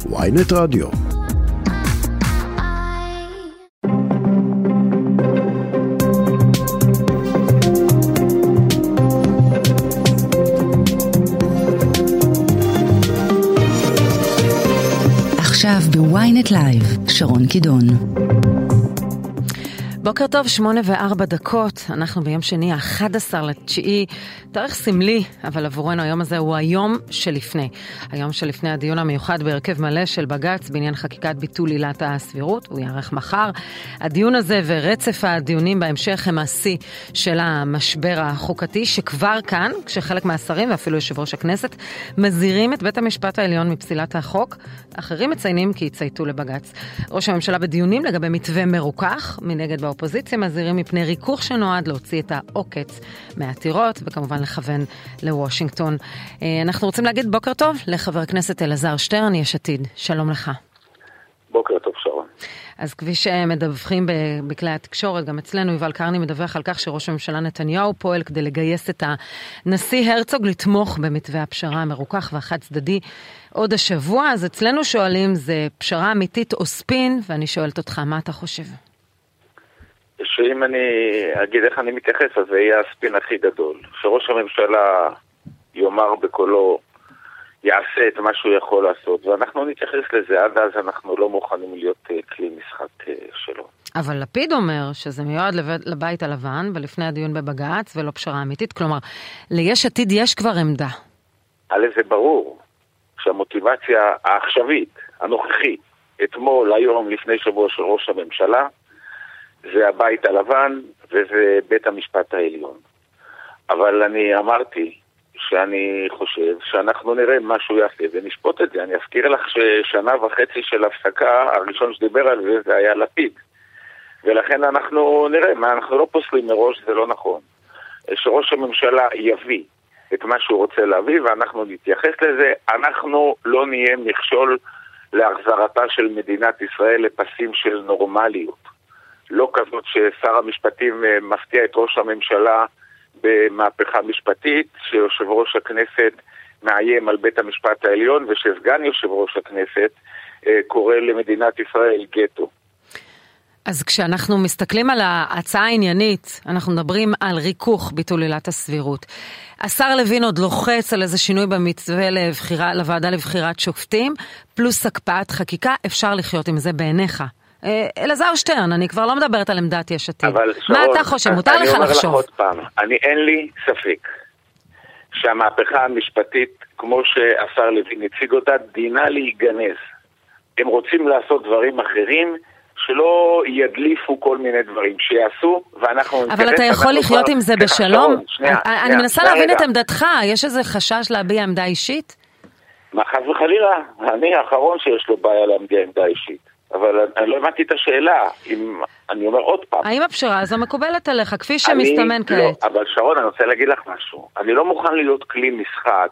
ynet רדיו. עכשיו בוויינט לייב, שרון קידון. בוקר טוב, 8:04, אנחנו ביום שני, 11/9, תאריך סמלי, אבל עבורנו היום הזה הוא היום שלפני. היום שלפני הדיון המיוחד בהרכב מלא של בג"ץ בעניין חקיקת ביטול עילת הסבירות, הוא יערך מחר. הדיון הזה ורצף הדיונים בהמשך הם השיא של המשבר החוקתי שכבר כאן, כשחלק מהשרים ואפילו יושב ראש הכנסת מזהירים את בית המשפט העליון מפסילת החוק, אחרים מציינים כי יצייתו לבג"ץ. ראש הממשלה בדיונים לגבי מתווה מרוכך, מנגד באופוזיציה מזהירים מפני ריכוך שנועד להוציא את העוקץ מהעתירות, וכמובן לכוון לוושינגטון. אנחנו רוצים להגיד בוקר טוב לחבר הכנסת אלעזר שטרן, יש עתיד. שלום לך. בוקר טוב, שרון. אז כפי שמדווחים בכלי התקשורת, גם אצלנו יובל קרני מדווח על כך שראש הממשלה נתניהו פועל כדי לגייס את הנשיא הרצוג לתמוך במתווה הפשרה המרוכך והחד צדדי עוד השבוע. אז אצלנו שואלים, זה פשרה אמיתית או ספין? ואני שואלת אותך, מה אתה חושב? שאם אני אגיד איך אני מתייחס, אז זה יהיה הספין הכי גדול. שראש הממשלה יאמר בקולו, יעשה את מה שהוא יכול לעשות, ואנחנו נתייחס לזה. עד אז אנחנו לא מוכנים להיות כלי משחק שלו. אבל לפיד אומר שזה מיועד לבית הלבן, ולפני הדיון בבג"ץ, ולא פשרה אמיתית. כלומר, ליש עתיד יש כבר עמדה. על זה ברור שהמוטיבציה העכשווית, הנוכחית, אתמול, היום, לפני שבוע של ראש הממשלה, זה הבית הלבן וזה בית המשפט העליון. אבל אני אמרתי שאני חושב שאנחנו נראה מה שהוא יעשה ונשפוט את זה. אני אזכיר לך ששנה וחצי של הפסקה, הראשון שדיבר על זה, זה היה לפיד. ולכן אנחנו נראה מה, אנחנו לא פוסלים מראש, זה לא נכון. שראש הממשלה יביא את מה שהוא רוצה להביא ואנחנו נתייחס לזה. אנחנו לא נהיה מכשול להחזרתה של מדינת ישראל לפסים של נורמליות. לא כזאת ששר המשפטים מפתיע את ראש הממשלה במהפכה משפטית, שיושב ראש הכנסת מאיים על בית המשפט העליון, ושסגן יושב ראש הכנסת קורא למדינת ישראל גטו. אז כשאנחנו מסתכלים על ההצעה העניינית, אנחנו מדברים על ריכוך ביטול עילת הסבירות. השר לוין עוד לוחץ על איזה שינוי במתווה לוועדה לבחירת שופטים, פלוס הקפאת חקיקה, אפשר לחיות עם זה בעיניך. אלעזר שטרן, אני כבר לא מדברת על עמדת יש עתיד. מה אתה חושב? מותר לך לחשוב. אני אומר לך עוד פעם, אין לי ספק שהמהפכה המשפטית, כמו שהשר לוין הציג אותה, דינה להיגנז. הם רוצים לעשות דברים אחרים, שלא ידליפו כל מיני דברים שיעשו, ואנחנו... אבל אתה יכול לחיות עם זה בשלום? אני מנסה להבין את עמדתך, יש איזה חשש להביע עמדה אישית? מה חס וחלילה? אני האחרון שיש לו בעיה להביע עמדה אישית. אבל אני לא הבנתי את השאלה, אני אומר עוד פעם. האם הפשרה הזו מקובלת עליך, כפי שמסתמן כעת? לא, אבל שרון, אני רוצה להגיד לך משהו. אני לא מוכן להיות כלי משחק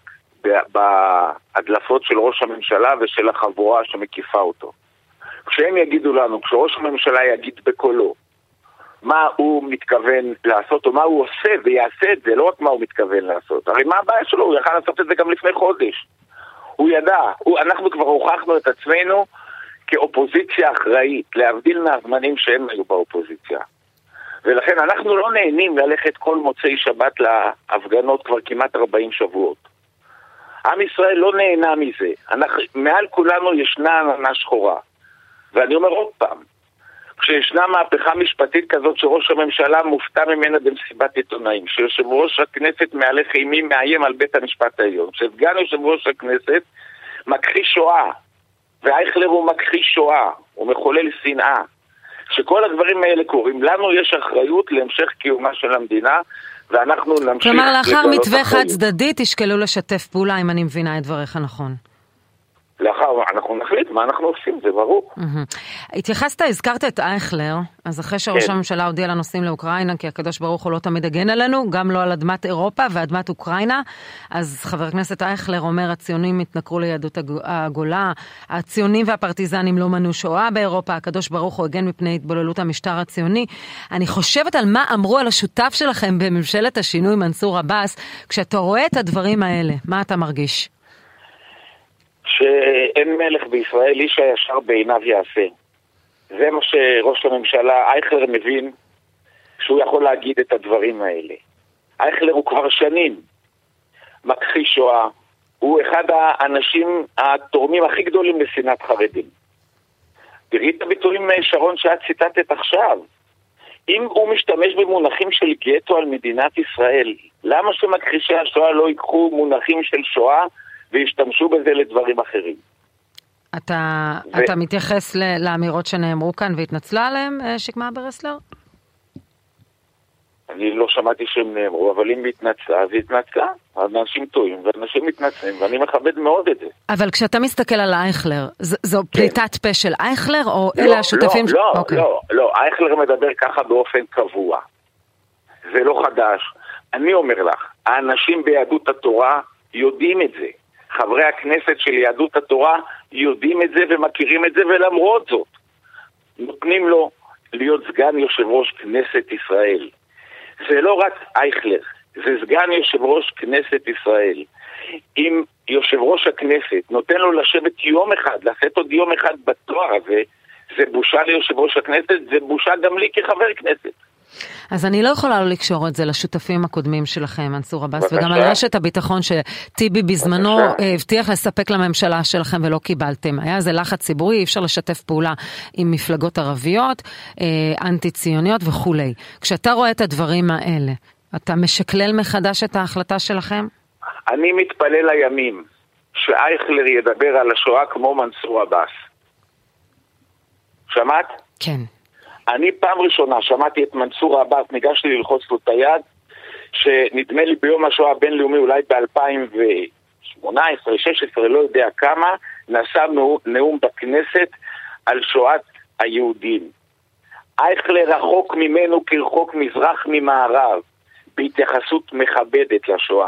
בהדלפות של ראש הממשלה ושל החבורה שמקיפה אותו. כשהם יגידו לנו, כשראש הממשלה יגיד בקולו, מה הוא מתכוון לעשות, או מה הוא עושה ויעשה את זה, לא רק מה הוא מתכוון לעשות. הרי מה הבעיה שלו? הוא יכל לעשות את זה גם לפני חודש. הוא ידע, אנחנו כבר הוכחנו את עצמנו, כאופוזיציה אחראית, להבדיל מהזמנים שהם היו באופוזיציה. ולכן אנחנו לא נהנים ללכת כל מוצאי שבת להפגנות כבר כמעט 40 שבועות. עם ישראל לא נהנה מזה. מעל כולנו ישנה עננה שחורה. ואני אומר עוד פעם, כשישנה מהפכה משפטית כזאת שראש הממשלה מופתע ממנה במסיבת עיתונאים, שיושב ראש הכנסת מהלך אימים מאיים על בית המשפט העליון, שסגן יושב ראש הכנסת מכחיש שואה, ואייכלר הוא מכחיש שואה, הוא מחולל שנאה. שכל הדברים האלה קורים. לנו יש אחריות להמשך קיומה של המדינה, ואנחנו נמשיך... כלומר, לאחר מתווה חד צדדי, תשקלו לשתף פעולה, אם אני מבינה את דבריך נכון. לאחר, אנחנו נחליט מה אנחנו עושים, זה ברור. התייחסת, הזכרת את אייכלר, אז אחרי שראש הממשלה הודיע לנוסעים לאוקראינה, כי הקדוש ברוך הוא לא תמיד הגן עלינו, גם לא על אדמת אירופה ואדמת אוקראינה, אז חבר הכנסת אייכלר אומר, הציונים התנכרו ליהדות הגולה, הציונים והפרטיזנים לא מנעו שואה באירופה, הקדוש ברוך הוא הגן מפני התבוללות המשטר הציוני. אני חושבת על מה אמרו על השותף שלכם בממשלת השינוי מנסור עבאס, כשאתה רואה את הדברים האלה, מה אתה מרגיש? שאין מלך בישראל, איש הישר בעיניו יעשה. זה מה שראש הממשלה אייכלר מבין, שהוא יכול להגיד את הדברים האלה. אייכלר הוא כבר שנים מכחיש שואה, הוא אחד האנשים התורמים הכי גדולים לשנאת חרדים. תראי את הביטויים שרון שאת ציטטת עכשיו. אם הוא משתמש במונחים של גטו על מדינת ישראל, למה שמכחישי השואה לא ייקחו מונחים של שואה וישתמשו בזה לדברים אחרים? אתה מתייחס לאמירות שנאמרו כאן והתנצלה עליהם, שקמה ברסלר? אני לא שמעתי שהם נאמרו, אבל אם התנצלה, אז התנצלה. אנשים טועים ואנשים מתנצלים, ואני מכבד מאוד את זה. אבל כשאתה מסתכל על אייכלר, זו פליטת פה של אייכלר, או אלה השותפים? לא, אייכלר מדבר ככה באופן קבוע. זה לא חדש. אני אומר לך, האנשים ביהדות התורה יודעים את זה. חברי הכנסת של יהדות התורה יודעים את זה ומכירים את זה, ולמרות זאת, נותנים לו להיות סגן יושב ראש כנסת ישראל. זה לא רק אייכלר, זה סגן יושב ראש כנסת ישראל. אם יושב ראש הכנסת נותן לו לשבת יום אחד, לשאת עוד יום אחד בתואר הזה, זה בושה ליושב ראש הכנסת, זה בושה גם לי כחבר כנסת. אז אני לא יכולה לא לקשור את זה לשותפים הקודמים שלכם, מנסור עבאס, וגם על רשת הביטחון שטיבי בזמנו הבטיח לספק לממשלה שלכם ולא קיבלתם. היה איזה לחץ ציבורי, אי אפשר לשתף פעולה עם מפלגות ערביות, אנטי-ציוניות וכו'. כשאתה רואה את הדברים האלה, אתה משקלל מחדש את ההחלטה שלכם? אני מתפלל לימים שאייכלר ידבר על השואה כמו מנסור עבאס. שמעת? כן. אני פעם ראשונה שמעתי את מנסור עבאס, ניגשתי ללחוץ לו את היד, שנדמה לי ביום השואה הבינלאומי, אולי ב-2018, 16, לא יודע כמה, נשא נאום בכנסת על שואת היהודים. אייכלר רחוק ממנו כרחוק מזרח ממערב, בהתייחסות מכבדת לשואה.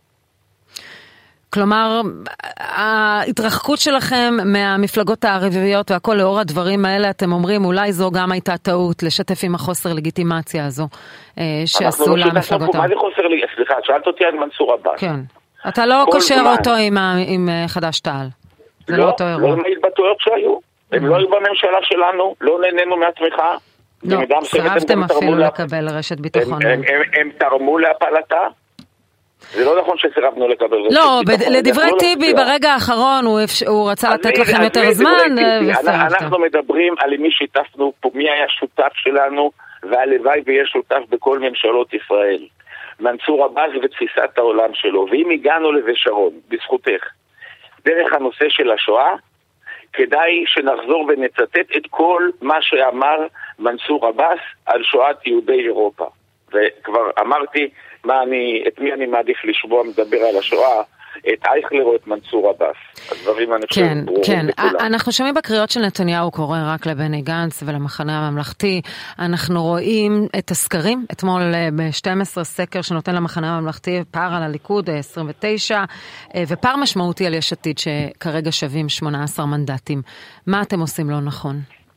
כלומר, ההתרחקות שלכם מהמפלגות הערביות והכל לאור הדברים האלה, אתם אומרים, אולי זו גם הייתה טעות לשתף עם החוסר לגיטימציה הזו שעשו למפלגות. מה זה חוסר לגיטימציה? סליחה, שאלת אותי על מנסור עבאס. כן. אתה לא קושר אותו עם חדש תע"ל. זה לא אותו אירוע. לא עם ההתבטאויות שהיו. הם לא היו בממשלה שלנו, לא נהנינו מהתמיכה. לא, סרבתם אפילו לקבל רשת ביטחון. הם תרמו להפלתה. זה לא נכון שסירבנו לקבל רשת ביטחון. לא, לדברי טיבי ברגע האחרון הוא רצה לתת לכם יותר זמן וסרבתם. אנחנו מדברים על מי שיתפנו פה, מי היה שותף שלנו, והלוואי ויהיה שותף בכל ממשלות ישראל. מנסור עבאס ותפיסת העולם שלו. ואם הגענו לזה שרון, בזכותך, דרך הנושא של השואה, כדאי שנחזור ונצטט את כל מה שאמר מנסור עבאס על שואת יהודי אירופה. וכבר אמרתי את מי אני מעדיף לשמוע מדבר על השואה, את אייכלר או את מנסור עבאס. הדברים אני חושב ברורים לכולם. אנחנו שומעים בקריאות של נתניהו קורא רק לבני גנץ ולמחנה הממלכתי. אנחנו רואים את הסקרים, אתמול ב-12 סקר שנותן למחנה הממלכתי פער על הליכוד 29, ופער משמעותי על יש עתיד שכרגע שווים 18 מנדטים. מה אתם עושים לא נכון?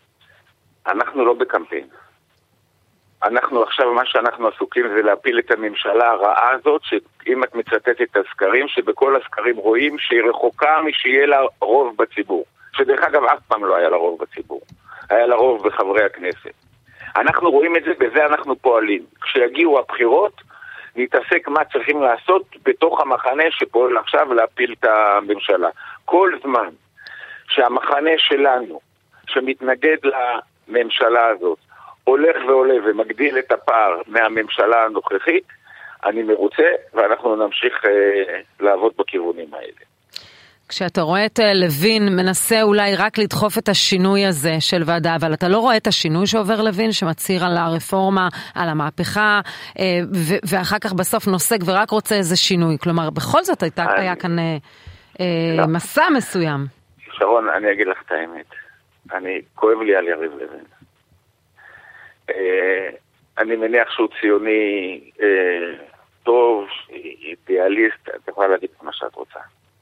אנחנו לא בקמפיין. אנחנו עכשיו, מה שאנחנו עסוקים זה להפיל את הממשלה הרעה הזאת, שאם את מצטטת את הסקרים, שבכל הסקרים רואים שהיא רחוקה משיהיה לה רוב בציבור. שדרך אגב אף פעם לא היה לה רוב בציבור. היה לה רוב בחברי הכנסת. אנחנו רואים את זה, בזה אנחנו פועלים. כשיגיעו הבחירות, נתעסק מה צריכים לעשות בתוך המחנה שפועל עכשיו להפיל את הממשלה. כל זמן שהמחנה שלנו, שמתנגד לממשלה הזאת, הולך ועולה ומגדיל את הפער מהממשלה הנוכחית, אני מרוצה, ואנחנו נמשיך לעבוד בכיוונים האלה. כשאתה רואה את לוין מנסה אולי רק לדחוף את השינוי הזה של ועדה, אבל אתה לא רואה את השינוי שעובר לוין, שמצהיר על הרפורמה, על המהפכה, ואחר כך בסוף נוסק ורק רוצה איזה שינוי. כלומר, בכל זאת היה כאן מסע מסוים. שרון, אני אגיד לך את האמת. כואב לי על יריב לוין. אני מניח שהוא ציוני טוב, אידיאליסט, את יכולה להגיד מה שאת רוצה.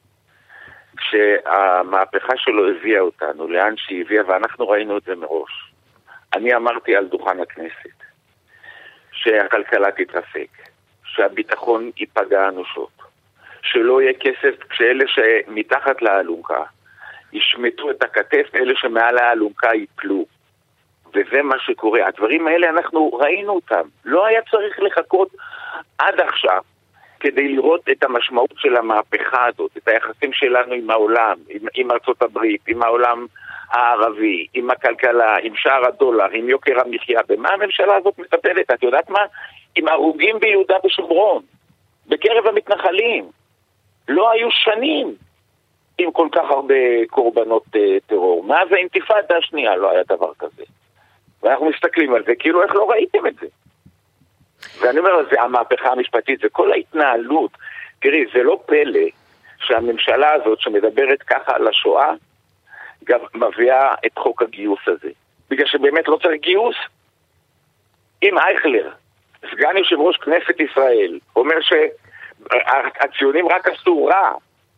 כשהמהפכה שלו הביאה אותנו לאן שהיא הביאה, ואנחנו ראינו את זה מראש. אני אמרתי על דוכן הכנסת שהכלכלה תתרסק, שהביטחון ייפגע אנושות, שלא יהיה כסף כשאלה שמתחת לאלונקה ישמטו את הכתף, אלה שמעל האלונקה ייפלו. וזה מה שקורה. הדברים האלה אנחנו ראינו אותם. לא היה צריך לחכות עד עכשיו כדי לראות את המשמעות של המהפכה הזאת, את היחסים שלנו עם העולם, עם ארצות הברית, עם העולם הערבי, עם הכלכלה, עם שער הדולר, עם יוקר המחיה. במה הממשלה הזאת מטפלת? את יודעת מה? עם הרוגים ביהודה ושומרון, בקרב המתנחלים. לא היו שנים עם כל כך הרבה קורבנות טרור. מאז האינתיפאדה השנייה לא היה דבר כזה. ואנחנו מסתכלים על זה, כאילו איך לא ראיתם את זה? ואני אומר, זה המהפכה המשפטית, זה כל ההתנהלות. תראי, זה לא פלא שהממשלה הזאת שמדברת ככה על השואה, גם מביאה את חוק הגיוס הזה. בגלל שבאמת לא צריך גיוס. אם אייכלר, סגן יושב ראש כנסת ישראל, אומר שהציונים רק עשו רע,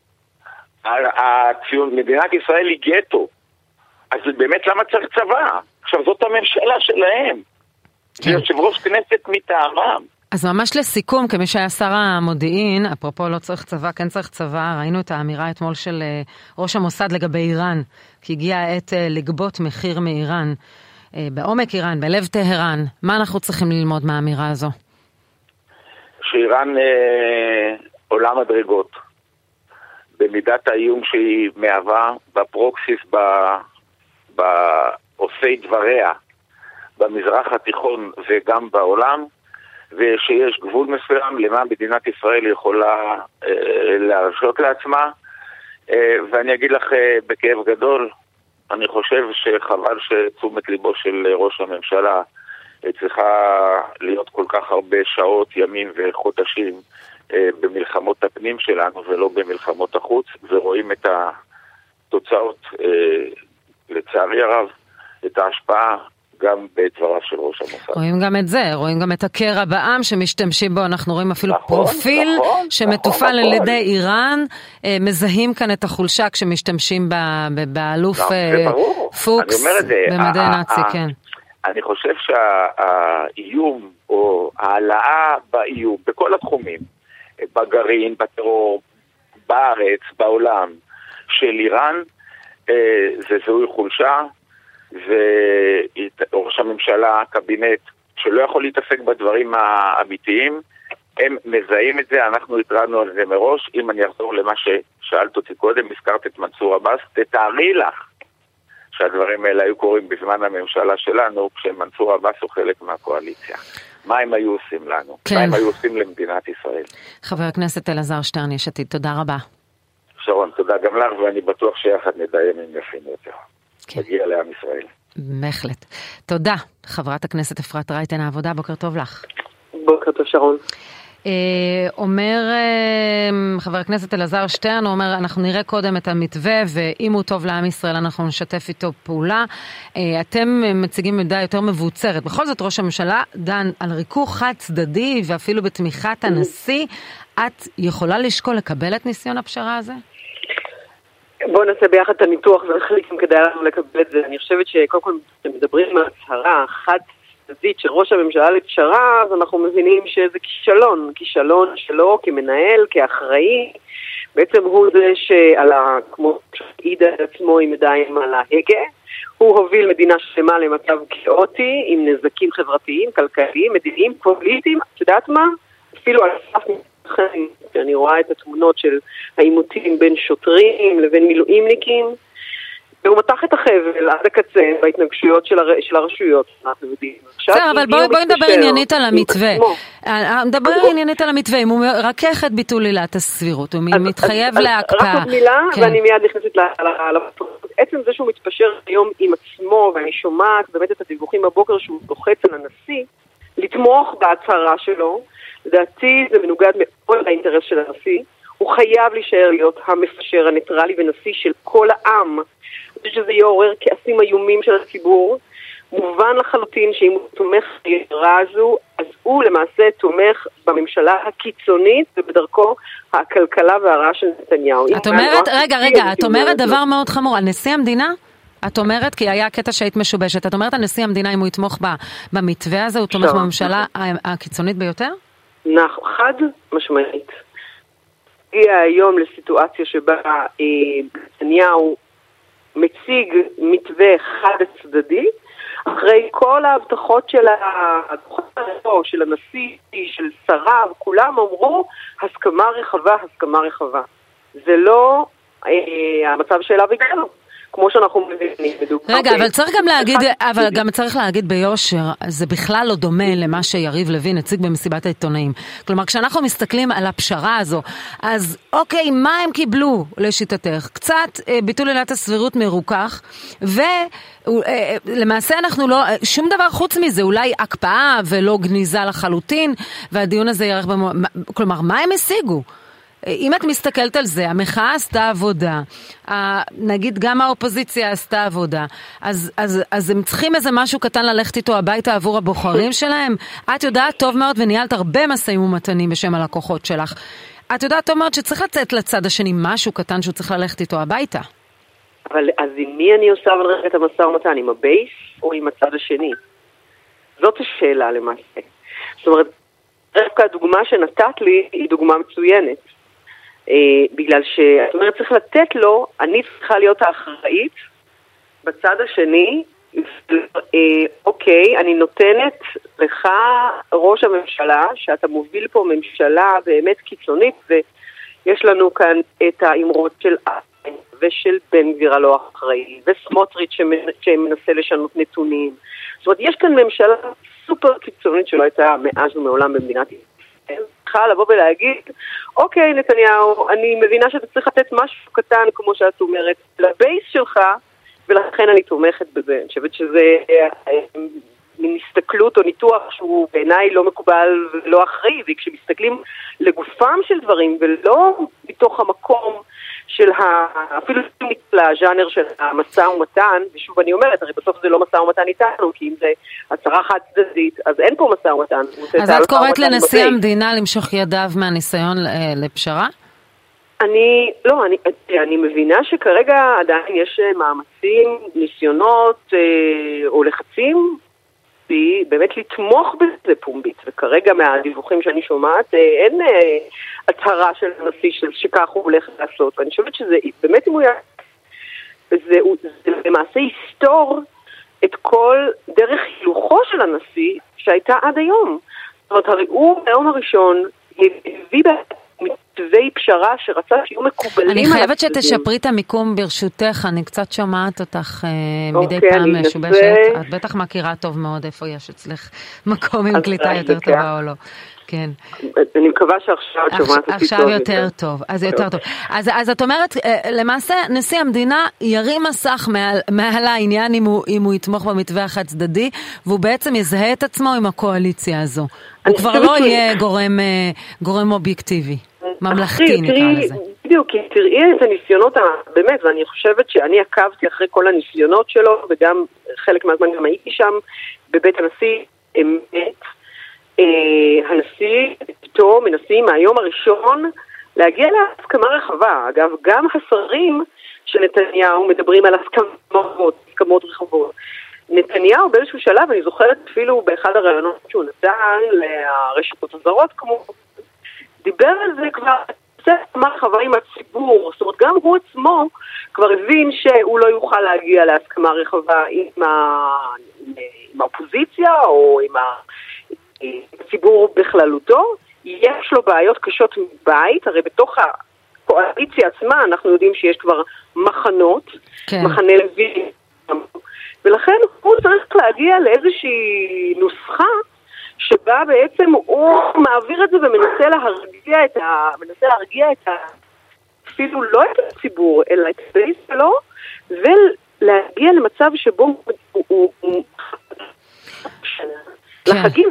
מדינת ישראל היא גטו, אז באמת למה צריך צבא? עכשיו זאת הממשלה שלהם. זה יושב ראש כנסת מטעמם. אז ממש לסיכום, כמי שהיה שר המודיעין, אפרופו לא צריך צבא, כן צריך צבא, ראינו את האמירה אתמול של ראש המוסד לגבי איראן, כי הגיעה העת לגבות מחיר מאיראן, בעומק איראן, בלב טהרן. מה אנחנו צריכים ללמוד מהאמירה הזו? שאיראן עולה מדרגות, במידת האיום שהיא מהווה, בפרוקסיס, בעושי דבריה, במזרח התיכון וגם בעולם, ושיש גבול מסוים למה מדינת ישראל יכולה להרשות לעצמה. ואני אגיד לך בכאב גדול, אני חושב שחבל שתשומת ליבו של ראש הממשלה צריכה להיות כל כך הרבה שעות, ימים וחודשים במלחמות הפנים שלנו ולא במלחמות החוץ, ורואים את התוצאות, לצערי הרב, את ההשפעה גם בדבריו של ראש המוסד. רואים גם את זה, רואים גם את הקרע בעם שמשתמשים בו, אנחנו רואים אפילו פרופיל שמתופעל על ידי איראן, מזהים כאן את החולשה כשמשתמשים באלוף פוקס במדי נאצי, כן. אני חושב שהאיום או העלאה באיום, בכל התחומים, בגרעין, בטרור, בארץ, בעולם, של איראן, זה זוהי חולשה, וראש הממשלה, הקבינט, שלא יכול להתעסק בדברים האמיתיים, הם מזהים את זה, אנחנו התרענו על זה מראש. אם אני אחזור למה ששאלת אותי קודם, הזכרת את מנסור עבאס, תתארי לך שהדברים האלה היו קורים בזמן הממשלה שלנו, כשמנסור עבאס הוא חלק מהקואליציה. מה הם היו עושים לנו? כן. מה הם היו עושים למדינת ישראל? חבר הכנסת אלעזר שטרן, יש עתיד, תודה רבה. שרון, תודה גם לך, ואני בטוח שיחד נדיים עם יפים יותר. כן. מגיע לעם ישראל. בהחלט. תודה, חברת הכנסת אפרת רייטן העבודה, בוקר טוב לך. בוקר טוב שרון. אומר חבר הכנסת אלעזר שטרן, הוא אומר אנחנו נראה קודם את המתווה ואם הוא טוב לעם ישראל אנחנו נשתף איתו פעולה. אתם מציגים עמדה יותר מבוצרת, בכל זאת ראש הממשלה דן על ריכוך חד צדדי ואפילו בתמיכת הנשיא. את יכולה לשקול לקבל את ניסיון הפשרה הזה? בואו נעשה ביחד את הניתוח ונחליט אם כדאי לנו לקבל את זה. אני חושבת שקודם כל מדברים על הצהרה חד צדדית של ראש הממשלה לפשרה, אז אנחנו מבינים שזה כישלון שלו כמנהל, כאחראי. בעצם הוא זה שעלה, כמו שעיד את עצמו עם ידיים על ההגה, הוא הוביל מדינה שלמה למצב כאוטי, עם נזקים חברתיים, כלכליים, מדיניים, פוליטיים. את יודעת מה? אפילו על סף מבחן, שאני רואה את התמונות של העימותים בין שוטרים לבין מילואימניקים, והוא מתח את החבל עד הקצה בהתנגשויות של הרשויות. בסדר, אבל בואי נדבר עניינית על המתווה. נדבר עניינית על המתווה, אם הוא רכך את ביטול עילת הסבירות, הוא מתחייב להקפאה. רק עוד מילה, ואני מיד נכנסת לפרוטוקול. עצם זה שהוא מתפשר היום עם עצמו, ואני שומעת באמת את הדיווחים בבוקר שהוא לוחץ על הנשיא, לתמוך בהצהרה שלו, לדעתי זה מנוגד מאוד לאינטרס של הנשיא, הוא חייב להישאר להיות המפשר הניטרלי ונשיא של כל העם. אני חושבת שזה יעורר כעסים איומים של הציבור. מובן לחלוטין שאם הוא תומך בעירה הזו, אז הוא למעשה תומך בממשלה הקיצונית ובדרכו הכלכלה והרעה של נתניהו. את אומרת, רגע, את אומרת דבר מאוד חמור על נשיא המדינה? את אומרת, כי היה קטע שהיית משובשת, את אומרת על נשיא המדינה אם הוא יתמוך במתווה הזה, הוא תומך בממשלה הקיצונית ביותר? חד משמעית. הגיע היום לסיטואציה שבה נתניהו מציג מתווה חד צדדי, אחרי כל ההבטחות של הנשיא, של שריו, כולם אמרו הסכמה רחבה, הסכמה רחבה. זה לא המצב שאליו הגענו. כמו שאנחנו מבינים. רגע, אבל צריך גם להגיד, אבל גם צריך להגיד ביושר, זה בכלל לא דומה למה שיריב לוין הציג במסיבת העיתונאים. כלומר, כשאנחנו מסתכלים על הפשרה הזו, אז אוקיי, מה הם קיבלו לשיטתך? קצת ביטול עילת הסבירות מרוכך, ולמעשה אנחנו לא, שום דבר חוץ מזה, אולי הקפאה ולא גניזה לחלוטין, והדיון הזה יערך כלומר, מה הם השיגו? אם את מסתכלת על זה, המחאה עשתה עבודה, נגיד גם האופוזיציה עשתה עבודה, אז הם צריכים איזה משהו קטן ללכת איתו הביתה עבור הבוחרים שלהם. את יודעת טוב מאוד וניהלת הרבה משאים ומתנים בשם הלקוחות שלך. את יודעת טוב מאוד שצריך לצאת לצד השני משהו קטן שהוא צריך ללכת איתו הביתה. אבל אז עם מי אני עושה אבל רגע את המשא ומתן? עם הבייס או עם הצד השני? זאת השאלה למעשה. זאת אומרת, דווקא הדוגמה שנתת לי היא דוגמה מצוינת. בגלל שאת אומרת צריך לתת לו, אני צריכה להיות האחראית בצד השני, אוקיי, אני נותנת לך ראש הממשלה, שאתה מוביל פה ממשלה באמת קיצונית, ויש לנו כאן את האמרות של איימן ושל בן גביר הלא אחראי, וסמוטריץ' שמנסה לשנות נתונים. זאת אומרת, יש כאן ממשלה סופר קיצונית שלא הייתה מאז ומעולם במדינת ישראל. צריכה לבוא ולהגיד, אוקיי נתניהו, אני מבינה שאתה צריך לתת משהו קטן, כמו שאת אומרת, לבייס שלך, ולכן אני תומכת בזה. אני חושבת שזה מין הסתכלות או ניתוח שהוא בעיניי לא מקובל ולא אחראי, וכשמסתכלים לגופם של דברים, ולא מתוך המקום של אפילו לז'אנר של המשא ומתן, ושוב אני אומרת, הרי בסוף זה לא משא ומתן איתנו, כי אם זה הצהרה חד צדדית, אז אין פה משא ומתן. אז את קוראת לנשיא המדינה למשוך ידיו מהניסיון לפשרה? אני מבינה שכרגע עדיין יש מאמצים, ניסיונות או לחצים, באמת לתמוך בזה פומבית, וכרגע מהדיווחים שאני שומעת, אין הצהרה של הנשיא שכך הוא הולך לעשות, ואני חושבת שזה באמת אם הוא זה למעשה היסטור את כל דרך הילוכו של הנשיא שהייתה עד היום. זאת אומרת, הרי הוא מהיום הראשון הביא מתווי פשרה שרצה שיהיו מקובלים. אני חייבת שתשפרי את המיקום ברשותך, אני קצת שומעת אותך מדי פעם משובשת. את בטח מכירה טוב מאוד איפה יש אצלך מקום עם קליטה יותר טובה או לא. כן. אני מקווה שעכשיו את שומעת אותי עכשיו יותר טוב, אז יותר טוב. אז את אומרת, למעשה נשיא המדינה ירים מסך מעל העניין אם הוא יתמוך במתווה החד צדדי, והוא בעצם יזהה את עצמו עם הקואליציה הזו. הוא כבר לא יהיה גורם אובייקטיבי, ממלכתי נקרא לזה. בדיוק, כי תראי את הניסיונות, באמת, ואני חושבת שאני עקבתי אחרי כל הניסיונות שלו, וגם חלק מהזמן גם הייתי שם בבית הנשיא, אמת, הנשיא פתאום מנסים מהיום הראשון להגיע להסכמה רחבה. אגב, גם השרים של נתניהו מדברים על הסכמות רחבות. נתניהו באיזשהו שלב, אני זוכרת אפילו באחד הרעיונות שהוא נתן לרשתות הזרות, כמו דיבר על זה כבר הסכמה רחבה עם הציבור. זאת אומרת, גם הוא עצמו כבר הבין שהוא לא יוכל להגיע להסכמה רחבה עם האופוזיציה או עם הציבור בכללותו. יש לו בעיות קשות מבית, הרי בתוך הקואליציה עצמה אנחנו יודעים שיש כבר מחנות, כן. מחנה לוין, ולכן הוא צריך להגיע לאיזושהי נוסחה שבה בעצם הוא מעביר את זה ומנסה להרגיע את אפילו לא את הציבור, אלא את הבייס שלו, ולהגיע למצב שבו הוא לחגים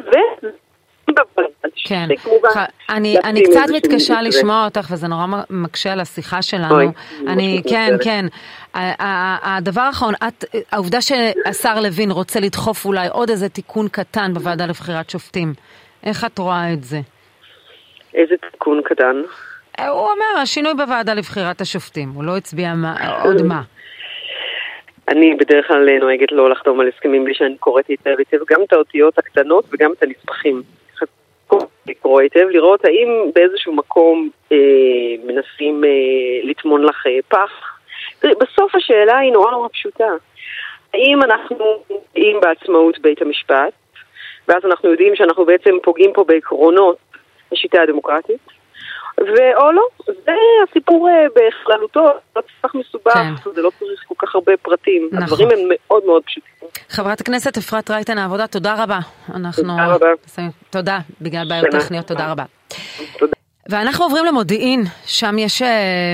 כן, אני קצת מתקשה לשמוע אותך וזה נורא מקשה על השיחה שלנו. כן, הדבר האחרון, העובדה שהשר לוין רוצה לדחוף אולי עוד איזה תיקון קטן בוועדה לבחירת שופטים, איך את רואה את זה? איזה תיקון קטן? הוא אומר, השינוי בוועדה לבחירת השופטים, הוא לא הצביע עוד מה. אני בדרך כלל נוהגת לא לחתום על הסכמים בלי שאני קוראת היטב גם את האותיות הקטנות וגם את הנספחים. לקרוא היטב, לראות האם באיזשהו מקום מנסים לטמון לך פח. בסוף השאלה היא נורא פשוטה. האם אנחנו פוגעים בעצמאות בית המשפט, ואז אנחנו יודעים שאנחנו בעצם פוגעים פה בעקרונות השיטה הדמוקרטית, או לא, זה הסיפור בכללותו, לא צריך מסובך, זה לא צריך כל כך הרבה פרטים, הדברים הם מאוד מאוד פשוטים. חברת הכנסת אפרת רייטן העבודה, תודה רבה. תודה, בגלל בעיות טכניות, תודה רבה. ואנחנו עוברים למודיעין, שם יש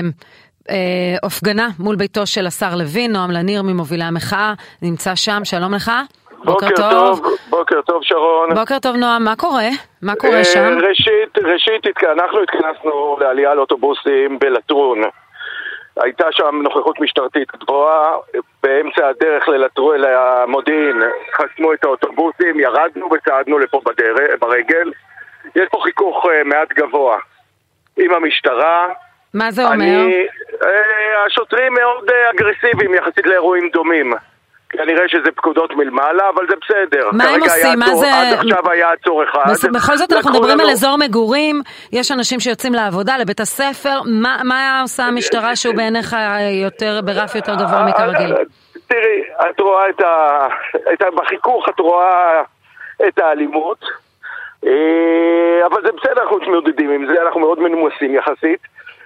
הפגנה מול ביתו של השר לוין, נועם לניר ממובילי המחאה, נמצא שם, שלום לך. בוקר טוב. בוקר טוב שרון. בוקר טוב נועם, מה קורה? מה קורה שם? ראשית, אנחנו התכנסנו לעלייה על אוטובוסים בלטרון. הייתה שם נוכחות משטרתית גבוהה, באמצע הדרך ללטרון, למודיעין, חסמו את האוטובוסים, ירדנו וצעדנו לפה ברגל. יש פה חיכוך מעט גבוה עם המשטרה. מה זה אומר? השוטרים מאוד אגרסיביים יחסית לאירועים דומים. כנראה שזה פקודות מלמעלה, אבל זה בסדר. מה הם עושים? מה זה... עד עכשיו היה עצור אחד. בכל זאת אנחנו מדברים על אזור מגורים, יש אנשים שיוצאים לעבודה, לבית הספר, מה עושה המשטרה שהוא בעיניך יותר, ברף יותר גבוה מכרגיל? תראי, את רואה בחיכוך, את רואה את האלימות, אבל זה בסדר, אנחנו מתמודדים עם זה, אנחנו מאוד מנומסים יחסית.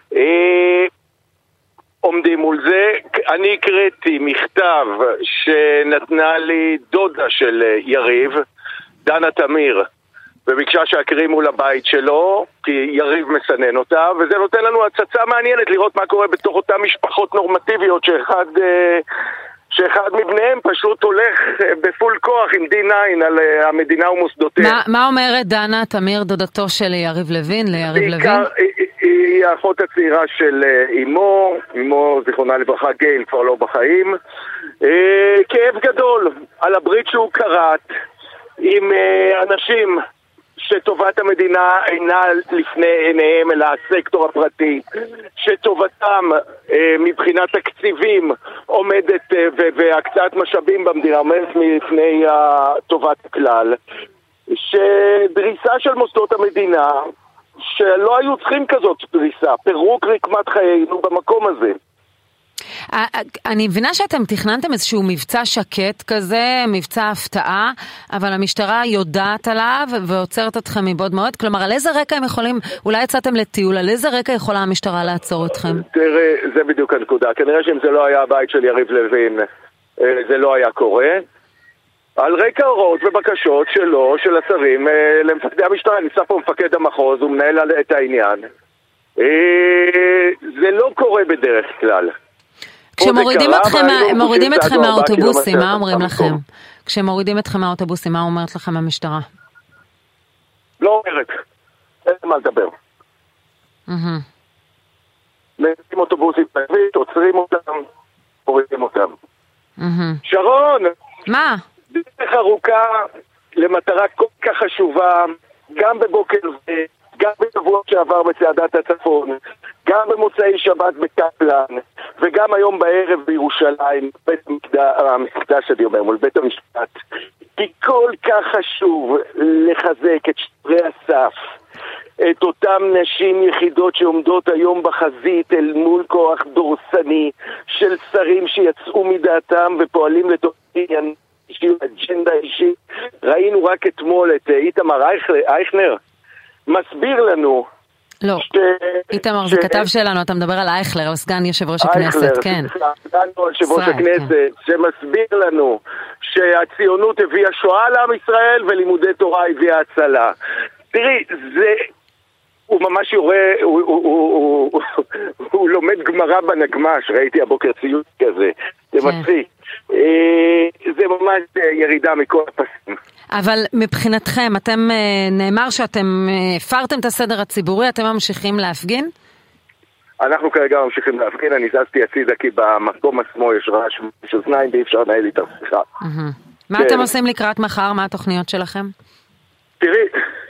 עומדים מול זה. אני הקראתי מכתב שנתנה לי דודה של יריב, דנה תמיר, וביקשה שאקריא מול הבית שלו, כי יריב מסנן אותה, וזה נותן לנו הצצה מעניינת לראות מה קורה בתוך אותן משפחות נורמטיביות שאחד מבניהם פשוט הולך בפול כוח עם D9 על המדינה ומוסדותיה. מה אומרת דנה תמיר, דודתו של יריב לוין, ליריב לוין? היא האחות הצעירה של אמו זיכרונה לברכה, גייל כבר לא בחיים. כאב גדול על הברית שהוא קראת עם אנשים שטובת המדינה אינה לפני עיניהם אלא הסקטור הפרטי, שטובתם מבחינת תקציבים עומדת והקצאת משאבים במדינה עומדת לפני טובת הכלל, שדריסה של מוסדות המדינה שלא היו צריכים כזאת דריסה, פירוק רקמת חיינו במקום הזה. אני מבינה שאתם תכננתם איזשהו מבצע שקט כזה, מבצע הפתעה, אבל המשטרה יודעת עליו ועוצרת אתכם מבעוד מועד. כלומר, על איזה רקע הם יכולים, אולי יצאתם לטיול, על איזה רקע יכולה המשטרה לעצור אתכם? תראה, זה בדיוק הנקודה. כנראה שאם זה לא היה הבית של יריב לוין, זה לא היה קורה. על רקע הוראות ובקשות שלו, של השרים, למפקדי המשטרה, נמצא פה מפקד המחוז, הוא מנהל את העניין. זה לא קורה בדרך כלל. כשמורידים אתכם מהאוטובוסים, מה אומרים לכם? כשמורידים אתכם מהאוטובוסים, מה אומרת לכם המשטרה? לא אומרת. אין מה לדבר. מרימים אוטובוסים בכביש, עוצרים אותם, מורידים אותם. שרון! מה? דרך ארוכה למטרה כל כך חשובה, גם בבוקר זה, גם בשבוע שעבר בצעדת הצפון, גם במוצאי שבת בקפלן, וגם היום בערב בירושלים, בית המקדש, אני אומר, מול בית המשפט. כי כל כך חשוב לחזק את שומרי הסף, את אותם נשים יחידות שעומדות היום בחזית אל מול כוח דורסני של שרים שיצאו מדעתם ופועלים לתוכנית אג'נדה אישית. ראינו רק אתמול את איתמר אייכנר מסביר לנו. לא, איתמר זה כתב שלנו, אתה מדבר על אייכלר, על סגן יושב ראש הכנסת, כן. סגן יושב ראש הכנסת, שמסביר לנו שהציונות הביאה שואה לעם ישראל ולימודי תורה הביאה הצלה. תראי, זה... הוא ממש יורה, הוא לומד גמרא בנגמש, ראיתי הבוקר ציוט כזה, זה מצחיק. זה ממש ירידה מכל הפסים. אבל מבחינתכם, אתם נאמר שאתם הפרתם את הסדר הציבורי, אתם ממשיכים להפגין? אנחנו כרגע ממשיכים להפגין, אני זזתי הצידה כי במקום עצמו יש רעש של אוזניים ואי אפשר לנהל איתה שיחה. מה אתם עושים לקראת מחר? מה התוכניות שלכם? תראי,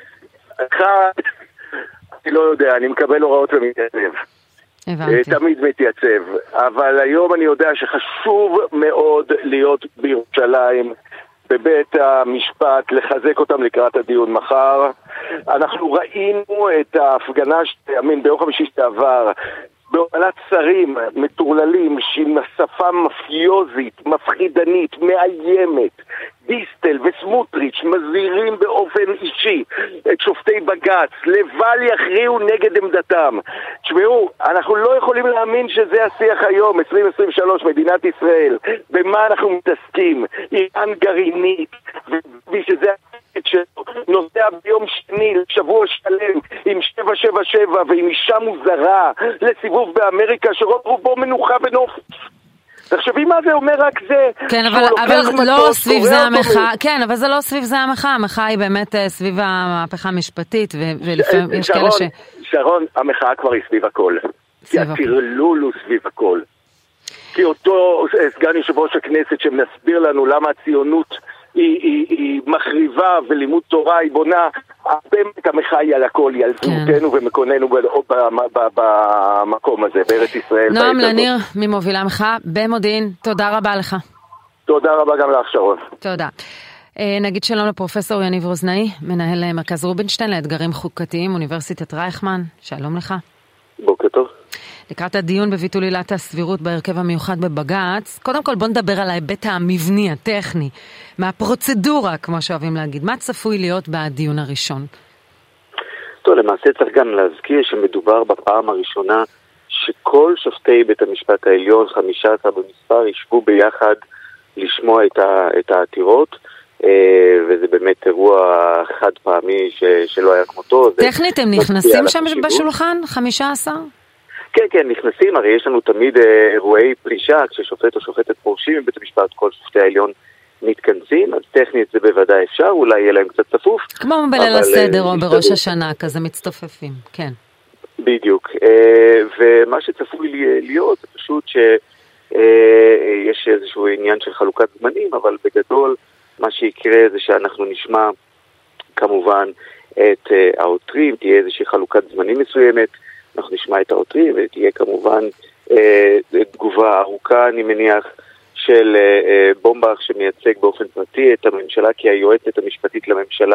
אני לא יודע, אני מקבל הוראות ומתייצב. תמיד מתייצב. אבל היום אני יודע שחשוב מאוד להיות בירושלים, בבית המשפט, לחזק אותם לקראת הדיון מחר. אנחנו ראינו את ההפגנה ביום חמישי שעבר, בהובלת שרים מטורללים עם שפה מפיוזית, מפחידנית, מאיימת. דיסטל וסמוטריץ' מזהירים באופן אישי את שופטי בג"ץ, לבל יכריעו נגד עמדתם. תשמעו, אנחנו לא יכולים להאמין שזה השיח היום, 2023, מדינת ישראל. במה אנחנו מתעסקים? איראן גרעינית, ושזה נוסע ביום שני לשבוע שלם עם 777 ועם אישה מוזרה לסיבוב באמריקה שרוב רובו מנוחה בנופש. תחשבי מה זה אומר רק זה. כן, אבל לא סביב זה המחאה. כן, אבל זה לא סביב זה המחאה. המחאה היא באמת סביב המהפכה המשפטית, ולפעמים יש כאלה שרון, המחאה כבר היא סביב הכל. כי הטרלול הוא סביב הכל. כי אותו סגן יושב ראש הכנסת שמסביר לנו למה הציונות היא מחריבה ולימוד תורה היא בונה, באמת המחאה היא על הכל, היא על זהותנו ומקוננו במקום הזה, בארץ ישראל. נועם לניר ממובילה המחאה במודיעין, תודה רבה לך. תודה רבה גם לך שרון. תודה. נגיד שלום לפרופסור יניב רוזנאי, מנהל מרכז רובינשטיין לאתגרים חוקתיים, אוניברסיטת רייכמן, שלום לך. בוקר טוב. לקראת הדיון בביטול עילת הסבירות בהרכב המיוחד בבג"ץ, קודם כל בוא נדבר על ההיבט המבני, הטכני, מהפרוצדורה, כמו שאוהבים להגיד. מה צפוי להיות בדיון הראשון? טוב, למעשה צריך גם להזכיר שמדובר בפעם הראשונה שכל שופטי בית המשפט העליון, 15 במספר, ישבו ביחד לשמוע את העתירות, וזה באמת אירוע חד פעמי שלא היה כמותו. טכנית הם נכנסים שם בשולחן? 15? כן, כן, נכנסים, הרי יש לנו תמיד אירועי פרישה, כששופט או שופטת פורשים מבית המשפט, כל שופטי העליון מתכנסים, אז טכנית זה בוודאי אפשר, אולי יהיה להם קצת צפוף. כמו בליל הסדר או בראש השנה, כזה מצטופפים, כן. בדיוק, ומה שצפוי להיות זה פשוט שיש איזשהו עניין של חלוקת זמנים, אבל בגדול מה שיקרה זה שאנחנו נשמע כמובן את העותרים, תהיה איזושהי חלוקת זמנים מסוימת, אנחנו נשמע את העותרים ותהיה כמובן תגובה ארוכה, אני מניח, של בומבך שמייצג באופן פרטי את הממשלה, כי היועצת המשפטית לממשלה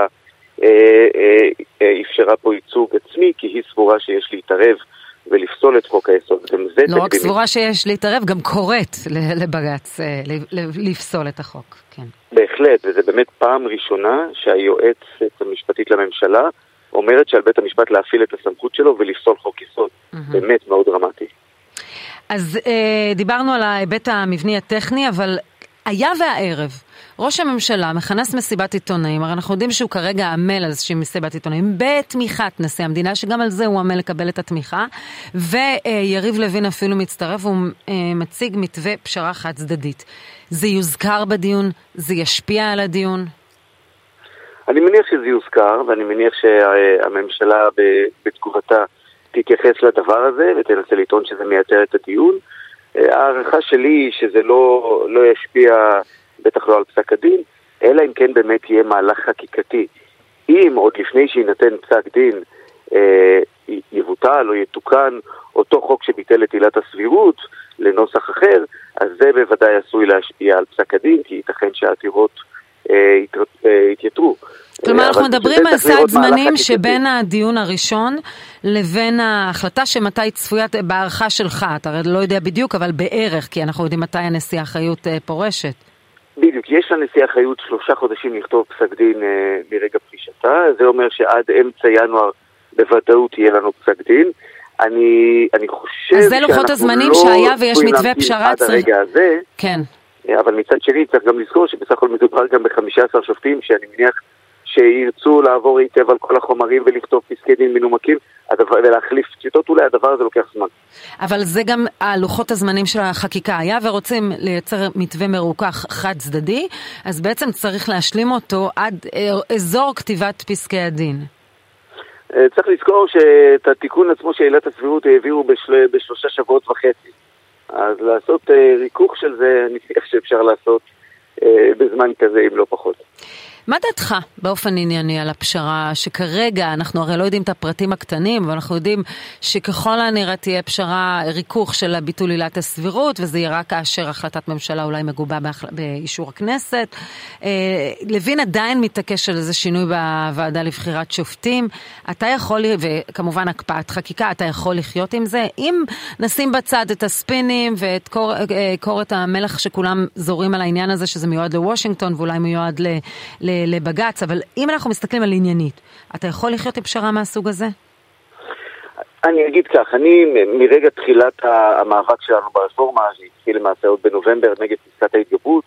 אפשרה פה ייצוג עצמי, כי היא סבורה שיש להתערב ולפסול את חוק היסוד. לא רק סבורה שיש להתערב, גם קוראת לבג"ץ לפסול את החוק. כן. בהחלט, וזה באמת פעם ראשונה שהיועצת המשפטית לממשלה אומרת שעל בית המשפט להפעיל את הסמכות שלו ולפסול חוק יסוד. באמת מאוד דרמטי. אז דיברנו על ההיבט המבני הטכני, אבל היה והערב ראש הממשלה מכנס מסיבת עיתונאים, הרי אנחנו יודעים שהוא כרגע עמל על איזושהי מסיבת עיתונאים בתמיכת נשיא המדינה, שגם על זה הוא עמל לקבל את התמיכה, ויריב לוין אפילו מצטרף, הוא מציג מתווה פשרה חד צדדית. זה יוזכר בדיון? זה ישפיע על הדיון? אני מניח שזה יוזכר, ואני מניח שהממשלה בתגובתה תתייחס לדבר הזה, ותנסה לטעון שזה מייתר את הדיון. הערכה שלי היא שזה לא ישפיע, בטח לא על פסק הדין, אלא אם כן באמת יהיה מהלך חקיקתי. אם עוד לפני שיינתן פסק דין יבוטל או יתוקן אותו חוק שביטל את עילת הסבירות לנוסח אחר, אז זה בוודאי עשוי להשפיע על פסק הדין, כי ייתכן שהעתירות יתייתרו. כלומר, אנחנו מדברים על סעד זמנים שבין הדיון הראשון לבין ההחלטה שמתי צפוית בהערכה שלך. אתה הרי לא יודע בדיוק, אבל בערך, כי אנחנו יודעים מתי הנשיאה חיות פורשת. בדיוק, יש לנשיאה חיות 3 חודשים לכתוב פסק דין מרגע פרישתה. זה אומר שעד אמצע ינואר בוודאות יהיה לנו פסק דין. אני חושב אז זה לוחות הזמנים שהיה ויש מתווה פשרה עד הרגע הזה. כן. אבל מצד שני צריך גם לזכור שבסך הכל מדובר גם ב-15 שופטים שאני מניח שירצו לעבור היטב על כל החומרים ולכתוב פסקי דין מנומקים ולהחליף ציטות, אולי הדבר הזה לוקח זמן. אבל זה גם הלוחות הזמנים של החקיקה. היה ורוצים לייצר מתווה מרוכך חד צדדי, אז בעצם צריך להשלים אותו עד אזור כתיבת פסקי הדין. צריך לזכור שאת התיקון עצמו של עילת הסבירות העבירו ב3 שבועות וחצי. אז לעשות ריכוך של זה, אני חושב שאפשר לעשות בזמן כזה, אם לא פחות. מה דעתך באופן ענייני על הפשרה שכרגע אנחנו הרי לא יודעים את הפרטים הקטנים, אבל אנחנו יודעים שככל הנראה תהיה פשרה ריכוך של ביטול עילת הסבירות, וזה יהיה רק כאשר החלטת ממשלה אולי מגובה באישור הכנסת. לוין עדיין מתעקש על איזה שינוי בוועדה לבחירת שופטים. אתה יכול, וכמובן הקפאת חקיקה, אתה יכול לחיות עם זה? אם נשים בצד את הספינים ואת קורת המלח שכולם זורים על העניין הזה, שזה מיועד לוושינגטון ואולי מיועד לבגץ, אבל אם אנחנו מסתכלים על עניינית, אתה יכול לחיות עם פשרה מהסוג הזה? אני אגיד כך, אני מרגע תחילת המאבק שלנו ברפורמה, שהתחיל למעשה עוד בנובמבר נגד פסקת ההתגברות,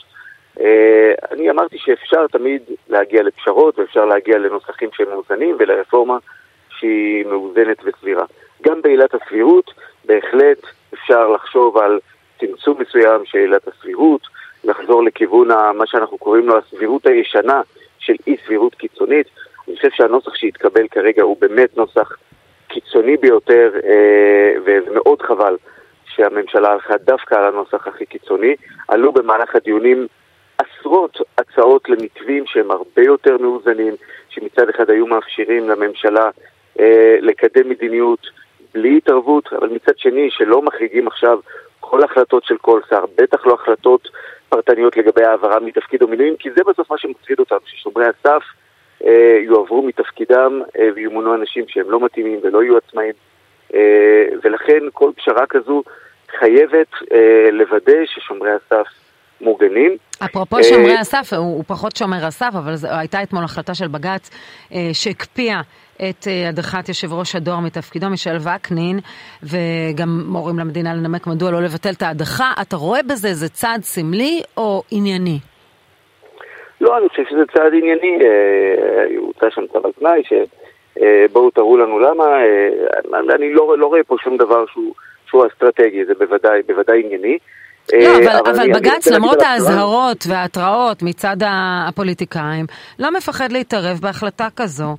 אני אמרתי שאפשר תמיד להגיע לפשרות, ואפשר להגיע לנוסחים שהם מאוזנים, ולרפורמה שהיא מאוזנת וסבירה. גם בעילת הסבירות, בהחלט אפשר לחשוב על צמצום מסוים של עילת הסבירות, לחזור לכיוון מה שאנחנו קוראים לו הסבירות הישנה של אי סבירות קיצונית. אני חושב שהנוסח שהתקבל כרגע הוא באמת נוסח קיצוני ביותר, ומאוד חבל שהממשלה הלכה דווקא על הנוסח הכי קיצוני. עלו במהלך הדיונים עשרות הצעות למתווים שהם הרבה יותר מאוזנים, שמצד אחד היו מאפשרים לממשלה לקדם מדיניות בלי התערבות, אבל מצד שני שלא מחריגים עכשיו כל החלטות של כל שר, בטח לא החלטות פרטניות לגבי העברה מתפקיד או מינויים, כי זה בסוף מה שמטריד אותם, ששומרי הסף יועברו מתפקידם ויומנו אנשים שהם לא מתאימים ולא יהיו עצמאים, ולכן כל פשרה כזו חייבת לוודא ששומרי הסף מוגנים. אפרופו שומרי הסף, הוא פחות שומר הסף, אבל הייתה אתמול החלטה של בג"ץ שהקפיאה את הדחת יושב ראש הדואר מתפקידו מישל וקנין, וגם מורים למדינה לנמק מדוע לא לבטל את ההדחה. אתה רואה בזה איזה צעד סמלי או ענייני? לא, אני חושב שזה צעד ענייני. הוצא שם צו על תנאי שבואו תראו לנו למה. אני לא רואה פה שום דבר שהוא אסטרטגי, זה בוודאי ענייני. לא, אבל בג"ץ, למרות ההזהרות וההתראות מצד הפוליטיקאים, לא מפחד להתערב בהחלטה כזו,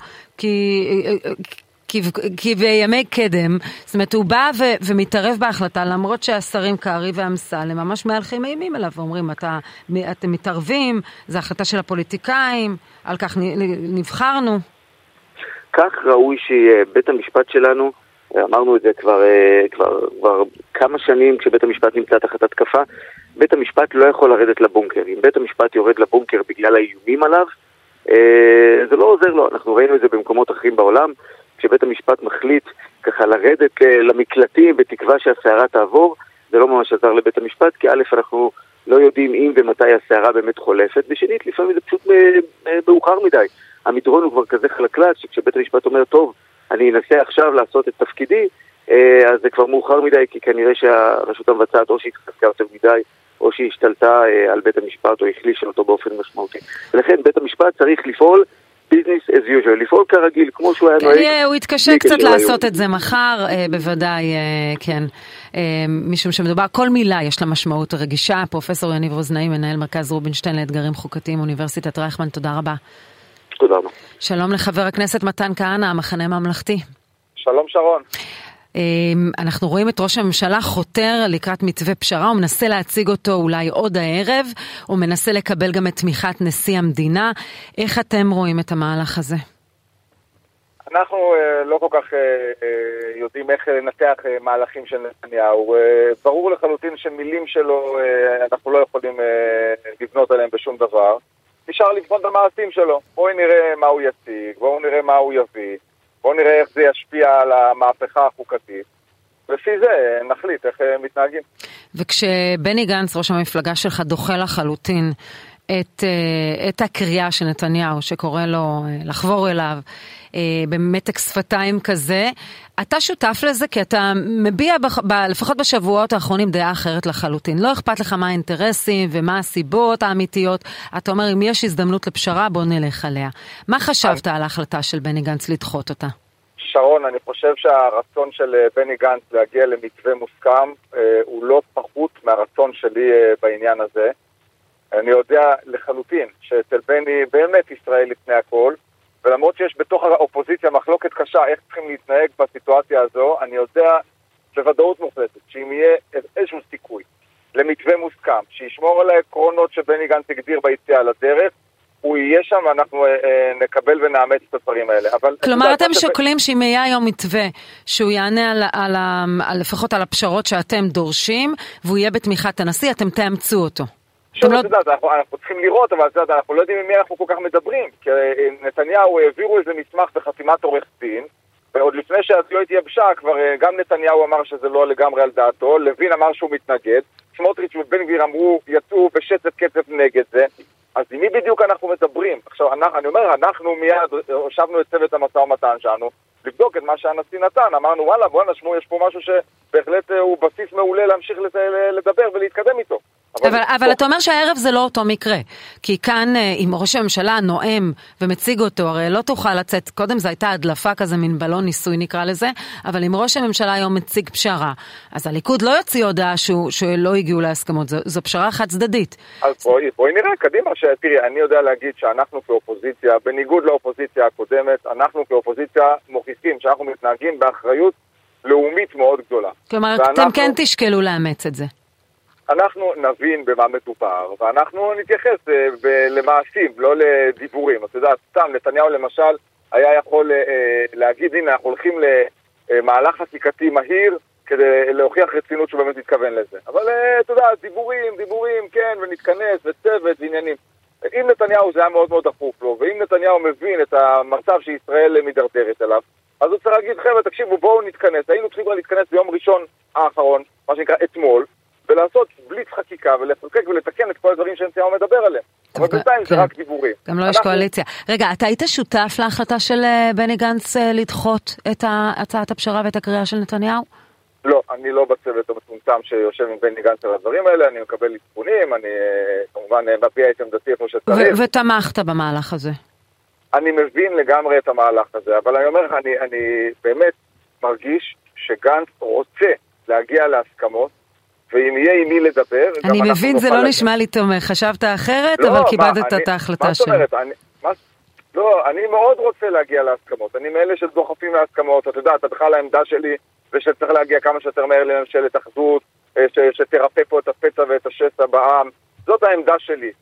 כי בימי קדם, זאת אומרת, הוא בא ומתערב בהחלטה, למרות שהשרים קרי ואמסלם ממש מהלכים אימים אליו, ואומרים, אתם מתערבים, זו החלטה של הפוליטיקאים, על כך נבחרנו. כך ראוי שבית המשפט שלנו, אמרנו את זה כבר כמה שנים, כשבית המשפט נמצא תחת התקפה, בית המשפט לא יכול לרדת לבונקר. אם בית המשפט יורד לבונקר בגלל האיומים עליו, זה לא עוזר לו. אנחנו ראינו את זה במקומות אחרים בעולם, כשבית המשפט מחליט ככה לרדת למקלטים בתקווה שהסערה תעבור, זה לא ממש עזר לבית המשפט, כי א' אנחנו לא יודעים אם ומתי הסערה באמת חולפת, ושנית לפעמים זה פשוט מאוחר מדי. המדרון הוא כבר כזה חלקלט, שכשבית המשפט אומר, טוב, אני אנסה עכשיו לעשות את תפקידי, אז זה כבר מאוחר מדי, כי כנראה שהרשות המבצעת או שהתחזקה יותר מדי, או שהיא השתלטה על בית המשפט, או החלישה אותו באופן משמעותי. ולכן בית המשפט צריך לפעול business as usual, לפעול כרגיל, כמו שהוא היה נוהג. הוא יתקשה קצת לעשות את זה מחר, בוודאי, כן. משום שמדובר, כל מילה יש לה משמעות רגישה. פרופסור יניב רוזנאי, מנהל מרכז רובינשטיין לאתגרים חוקתיים, אוניברסיטת רייכמן, תודה רבה. תודה רבה. שלום לחבר הכנסת מתן כהנא, המחנה הממלכתי. שלום שרון. אנחנו רואים את ראש הממשלה חותר לקראת מתווה פשרה, הוא מנסה להציג אותו אולי עוד הערב, הוא מנסה לקבל גם את תמיכת נשיא המדינה. איך אתם רואים את המהלך הזה? אנחנו לא כל כך יודעים איך לנתח מהלכים של נתניהו. ברור לחלוטין שמילים שלו אנחנו לא יכולים לבנות עליהם בשום דבר. נשאר לבחון את המעשים שלו. בואו נראה מה הוא יציג, בואו נראה מה הוא יביא, בואו נראה איך זה ישפיע על המהפכה החוקתית. לפי זה נחליט איך מתנהגים. וכשבני גנץ, ראש המפלגה שלך, דוחה לחלוטין את הקריאה של נתניהו, שקורא לו לחבור אליו, במתק שפתיים כזה, אתה שותף לזה כי אתה מביע לפחות בשבועות האחרונים דעה אחרת לחלוטין. לא אכפת לך מה האינטרסים ומה הסיבות האמיתיות. אתה אומר, אם יש הזדמנות לפשרה, בוא נלך עליה. מה חשבת על ההחלטה של בני גנץ לדחות אותה? שרון, אני חושב שהרצון של בני גנץ להגיע למתווה מוסכם הוא לא פחות מהרצון שלי בעניין הזה. אני יודע לחלוטין שאצל בני באמת ישראל לפני הכל, ולמרות שיש בתוך האופוזיציה מחלוקת קשה איך צריכים להתנהג בסיטואציה הזו, אני יודע בוודאות מוחלטת שאם יהיה איזשהו סיכוי למתווה מוסכם, שישמור על העקרונות שבני גנץ הגדיר ביציאה לדרך, הוא יהיה שם, אנחנו נקבל ונאמץ את הדברים האלה. כלומר, אתם שוקלים שאם יהיה היום מתווה, שהוא יענה לפחות על הפשרות שאתם דורשים, והוא יהיה בתמיכת הנשיא, אתם תאמצו אותו. שוב, אנחנו צריכים לראות, אבל אנחנו לא יודעים עם מי אנחנו כל כך מדברים, כי נתניהו העבירו איזה מסמך בחתימת עורך דין, ועוד לפני שהדיו התייבשה, כבר גם נתניהו אמר שזה לא לגמרי על דעתו, לוין אמר שהוא מתנגד, סמוטריץ' ובן גביר אמרו, יצאו בשצף קצף נגד זה, אז עם מי בדיוק אנחנו מדברים? עכשיו, אני אומר, אנחנו מיד הושבנו את צוות המשא ומתן שלנו, לבדוק את מה שהנשיא נתן, אמרנו, וואלה, בוא נשמעו, יש פה משהו שבהחלט הוא בסיס מעולה להמשיך לדבר ולהתקדם איתו. אבל אתה אומר שהערב זה לא אותו מקרה, כי כאן אם ראש הממשלה נואם ומציג אותו, הרי לא תוכל לצאת, קודם זו הייתה הדלפה כזה, מין בלון ניסוי נקרא לזה, אבל אם ראש הממשלה היום מציג פשרה, אז הליכוד לא יוציא הודעה שלא הגיעו להסכמות, זו פשרה חד צדדית. אז בואי נראה קדימה, תראי, אני יודע להגיד שאנחנו כאופוזיציה, בניגוד לאופוזיציה הקודמת, אנחנו כאופוזיציה מוכיחים שאנחנו מתנהגים באחריות לאומית מאוד גדולה. כלומר, אתם כן תשקלו לאמץ את זה. אנחנו נבין במה מדובר, ואנחנו נתייחס למעשים, לא לדיבורים. אתה יודע, סתם, נתניהו למשל היה יכול להגיד, הנה, אנחנו הולכים למהלך חקיקתי מהיר, כדי להוכיח רצינות שהוא באמת מתכוון לזה. אבל אתה יודע, דיבורים, כן, ונתכנס, וצוות, ועניינים. אם נתניהו זה היה מאוד מאוד דחוף לו, ואם נתניהו מבין את המצב שישראל מדרדרת אליו, אז הוא צריך להגיד, חבר'ה, תקשיבו, בואו נתכנס. היינו צריכים להתכנס ביום ראשון האחרון, מה שנקרא אתמול, ולעשות בליץ חקיקה ולחוקק ולתקן את כל הדברים שנתניהו מדבר עליהם. אבל בינתיים זה רק דיבורים. גם לא יש קואליציה. רגע, אתה היית שותף להחלטה של בני גנץ לדחות את הצעת הפשרה ואת הקריאה של נתניהו? לא, אני לא בצוות המצומצם שיושב עם בני גנץ על הדברים האלה, אני מקבל עדכונים, אני כמובן מביע את עמדתי כמו שצריך. ותמכת במהלך הזה? אני מבין לגמרי את המהלך הזה, אבל אני אומר לך, אני באמת מרגיש שגנץ רוצה להגיע להסכמות, ואם יהיה עם מי לדבר... אני מבין, זה לא נשמע לי תומך. חשבת אחרת, אבל כיבדת את ההחלטה שלו. מה זאת אומרת? לא, אני מאוד רוצה להגיע להסכמות. אני מאלה שדוחפים להסכמות. אתה יודע, אתה בכלל העמדה שלי, ושצריך להגיע כמה שיותר מהר לממשלת אחדות, שתרפא פה את הפצע ואת השסע בעם. זאת העמדה שלי.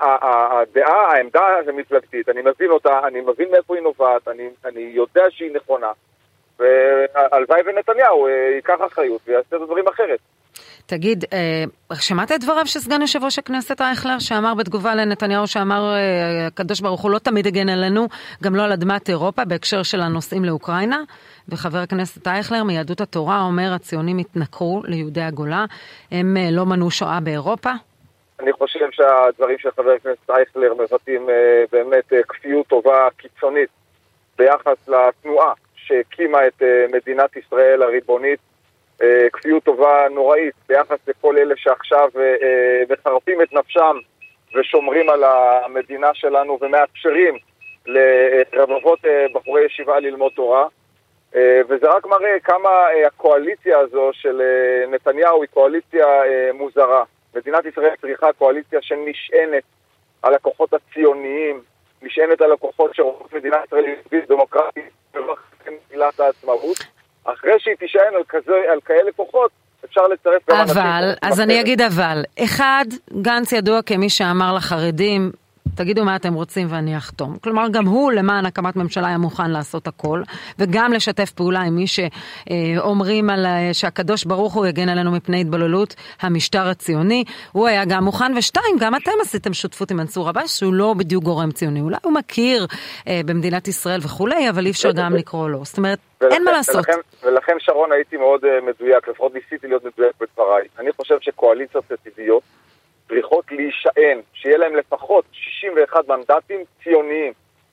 העמדה המפלגתית, אני מבין אותה, אני מבין מאיפה היא נובעת, אני יודע שהיא נכונה. והלוואי ונתניהו ייקח אחריות ויעשה את הדברים אחרת. תגיד, שמעת את דבריו של סגן יושב ראש הכנסת אייכלר, שאמר בתגובה לנתניהו, שאמר הקדוש ברוך הוא לא תמיד הגן עלינו, גם לא על אדמת אירופה, בהקשר של הנוסעים לאוקראינה, וחבר הכנסת אייכלר מיהדות התורה אומר, הציונים התנכרו ליהודי הגולה, הם לא מנעו שואה באירופה? אני חושב שהדברים של חבר הכנסת אייכלר מבטאים באמת כפיות טובה קיצונית ביחס לתנועה שהקימה את מדינת ישראל הריבונית, כפיות טובה נוראית ביחס לכל אלה שעכשיו מחרפים את נפשם ושומרים על המדינה שלנו ומאפשרים לרבבות בחורי ישיבה ללמוד תורה, וזה רק מראה כמה הקואליציה הזו של נתניהו היא קואליציה מוזרה. מדינת ישראל צריכה קואליציה שנשענת על הכוחות הציוניים, נשענת על הכוחות שרוצות מדינת ישראל יהודית דמוקרטית ולא מגילת העצמאות. אחרי שהיא תישען על כאלה כוחות, אפשר לצרף גם אנשים. אז אני אגיד אבל. אחד, גנץ ידוע כמי שאמר לחרדים, תגידו מה אתם רוצים ואני אחתום. כלומר, גם הוא למען הקמת ממשלה היה מוכן לעשות הכל, וגם לשתף פעולה עם מי שאומרים שהקדוש ברוך הוא יגן עלינו מפני התבוללות המשטר הציוני. הוא היה גם מוכן, ושתיים, גם אתם עשיתם שותפות עם מנסור עבאס, שהוא לא בדיוק גורם ציוני. אולי הוא מכיר במדינת ישראל וכולי, אבל אי אפשר גם לקרוא לו. זאת אומרת, אין מה לעשות. ולכן שרון הייתי מאוד מדויק, לפחות ניסיתי להיות מדויק בדבריי. אני חושב שקואליציות עתידיות צריכות להישען, שיהיה להם לפחות 61 מנדטים ציוניים.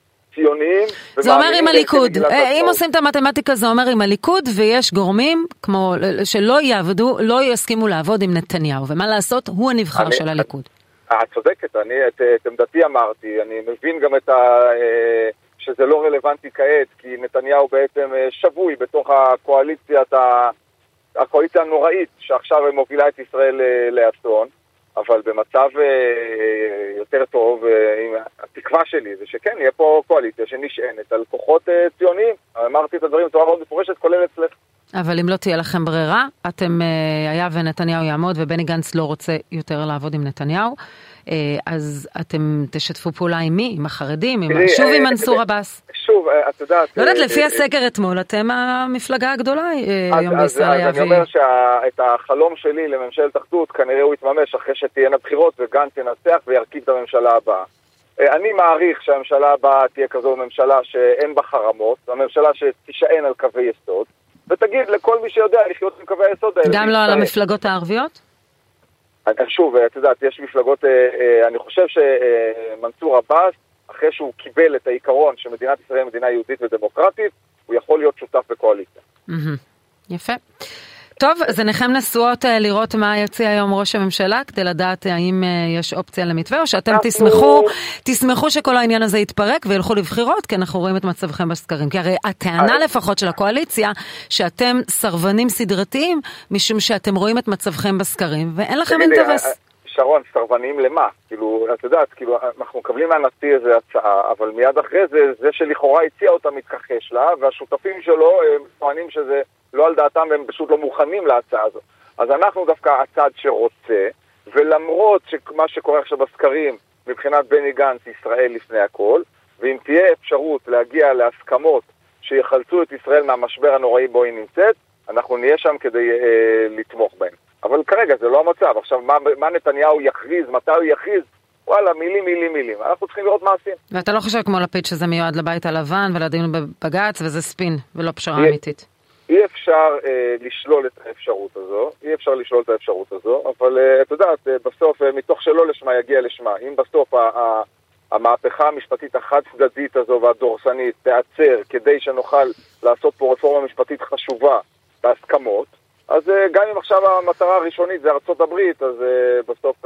זה אומר עם הליכוד. אם עושים את המתמטיקה זה אומר עם הליכוד, ויש גורמים כמו שלא יעבדו, לא יסכימו לעבוד עם נתניהו. ומה לעשות? הוא הנבחר של הליכוד. צודקת, אני את עמדתי אמרתי, אני מבין גם שזה לא רלוונטי כעת, כי נתניהו בעצם שבוי בתוך הקואליציה הנוראית שעכשיו מובילה את ישראל לאסון. אבל במצב יותר טוב, התקווה שלי זה שכן, יהיה פה קואליציה שנשענת על כוחות ציוניים. אמרתי את הדברים בצורה מאוד מפורשת, כולל אצלך. אבל אם לא תהיה לכם ברירה, היה ונתניהו יעמוד, ובני גנץ לא רוצה יותר לעבוד עם נתניהו, אז אתם תשתפו פעולה עם מי? עם החרדים? שוב עם מנסור עבאס? שוב, את יודעת... לא יודעת, לפי הסקר אתמול, אתם המפלגה הגדולה היום בישראל היביא. אז אני אומר שאת החלום שלי לממשלת אחדות, כנראה הוא יתממש אחרי שתהיינה בחירות וגנץ ינצח וירכיב את הממשלה הבאה. אני מעריך שהממשלה הבאה תהיה כזו ממשלה שאין בה חרמות, הממשלה שתישען על קווי יסוד, ותגיד לכל מי שיודע לחיות עם קווי היסוד האלה. גם לא על המפלגות הערביות? שוב, את יודעת, יש מפלגות, אני חושב שמנסור עבאס, אחרי שהוא קיבל את העיקרון שמדינת ישראל היא מדינה יהודית ודמוקרטית, הוא יכול להיות שותף בקואליציה. יפה. טוב, אז עיניכם נשואות לראות מה יציע היום ראש הממשלה, כדי לדעת האם יש אופציה למתווה, או שאתם תשמחו שכל העניין הזה יתפרק וילכו לבחירות, כי אנחנו רואים את מצבכם בסקרים. כי הרי הטענה לפחות של הקואליציה, שאתם סרבנים סדרתיים, משום שאתם רואים את מצבכם בסקרים, ואין לכם אינטרס. שרון, סרבנים למה? כאילו, את יודעת, כאילו, אנחנו מקבלים מהנשיא איזו הצעה, אבל מיד אחרי זה שלכאורה הציע אותה מתכחש לה, והשותפים שלו טוענים שזה לא על דעתם, והם פשוט לא מוכנים להצעה הזו. אז אנחנו דווקא הצד שרוצה, ולמרות מה שקורה עכשיו בסקרים, מבחינת בני גנץ, ישראל לפני הכל, ואם תהיה אפשרות להגיע להסכמות שיחלצו את ישראל מהמשבר הנוראי בו היא נמצאת, אנחנו נהיה שם כדי לתמוך בהם. אבל כרגע זה לא המצב. עכשיו, מה נתניהו יכריז, מתי הוא יכריז? וואלה, מילים. אנחנו צריכים לראות מעשים. ואתה לא חושב כמו לפיד שזה מיועד לבית הלבן ולדיון בבג"ץ, וזה ספין ולא פשרה אמיתית? אי אפשר לשלול את האפשרות הזו, אבל את יודעת, בסוף, מתוך שלא לשמה יגיע לשמה. אם בסוף המהפכה המשפטית החד צדדית הזו והדורסנית תעצר כדי שנוכל לעשות פה רפורמה משפטית חשובה בהסכמות, אז גם אם עכשיו המטרה הראשונית זה ארצות הברית, אז בסוף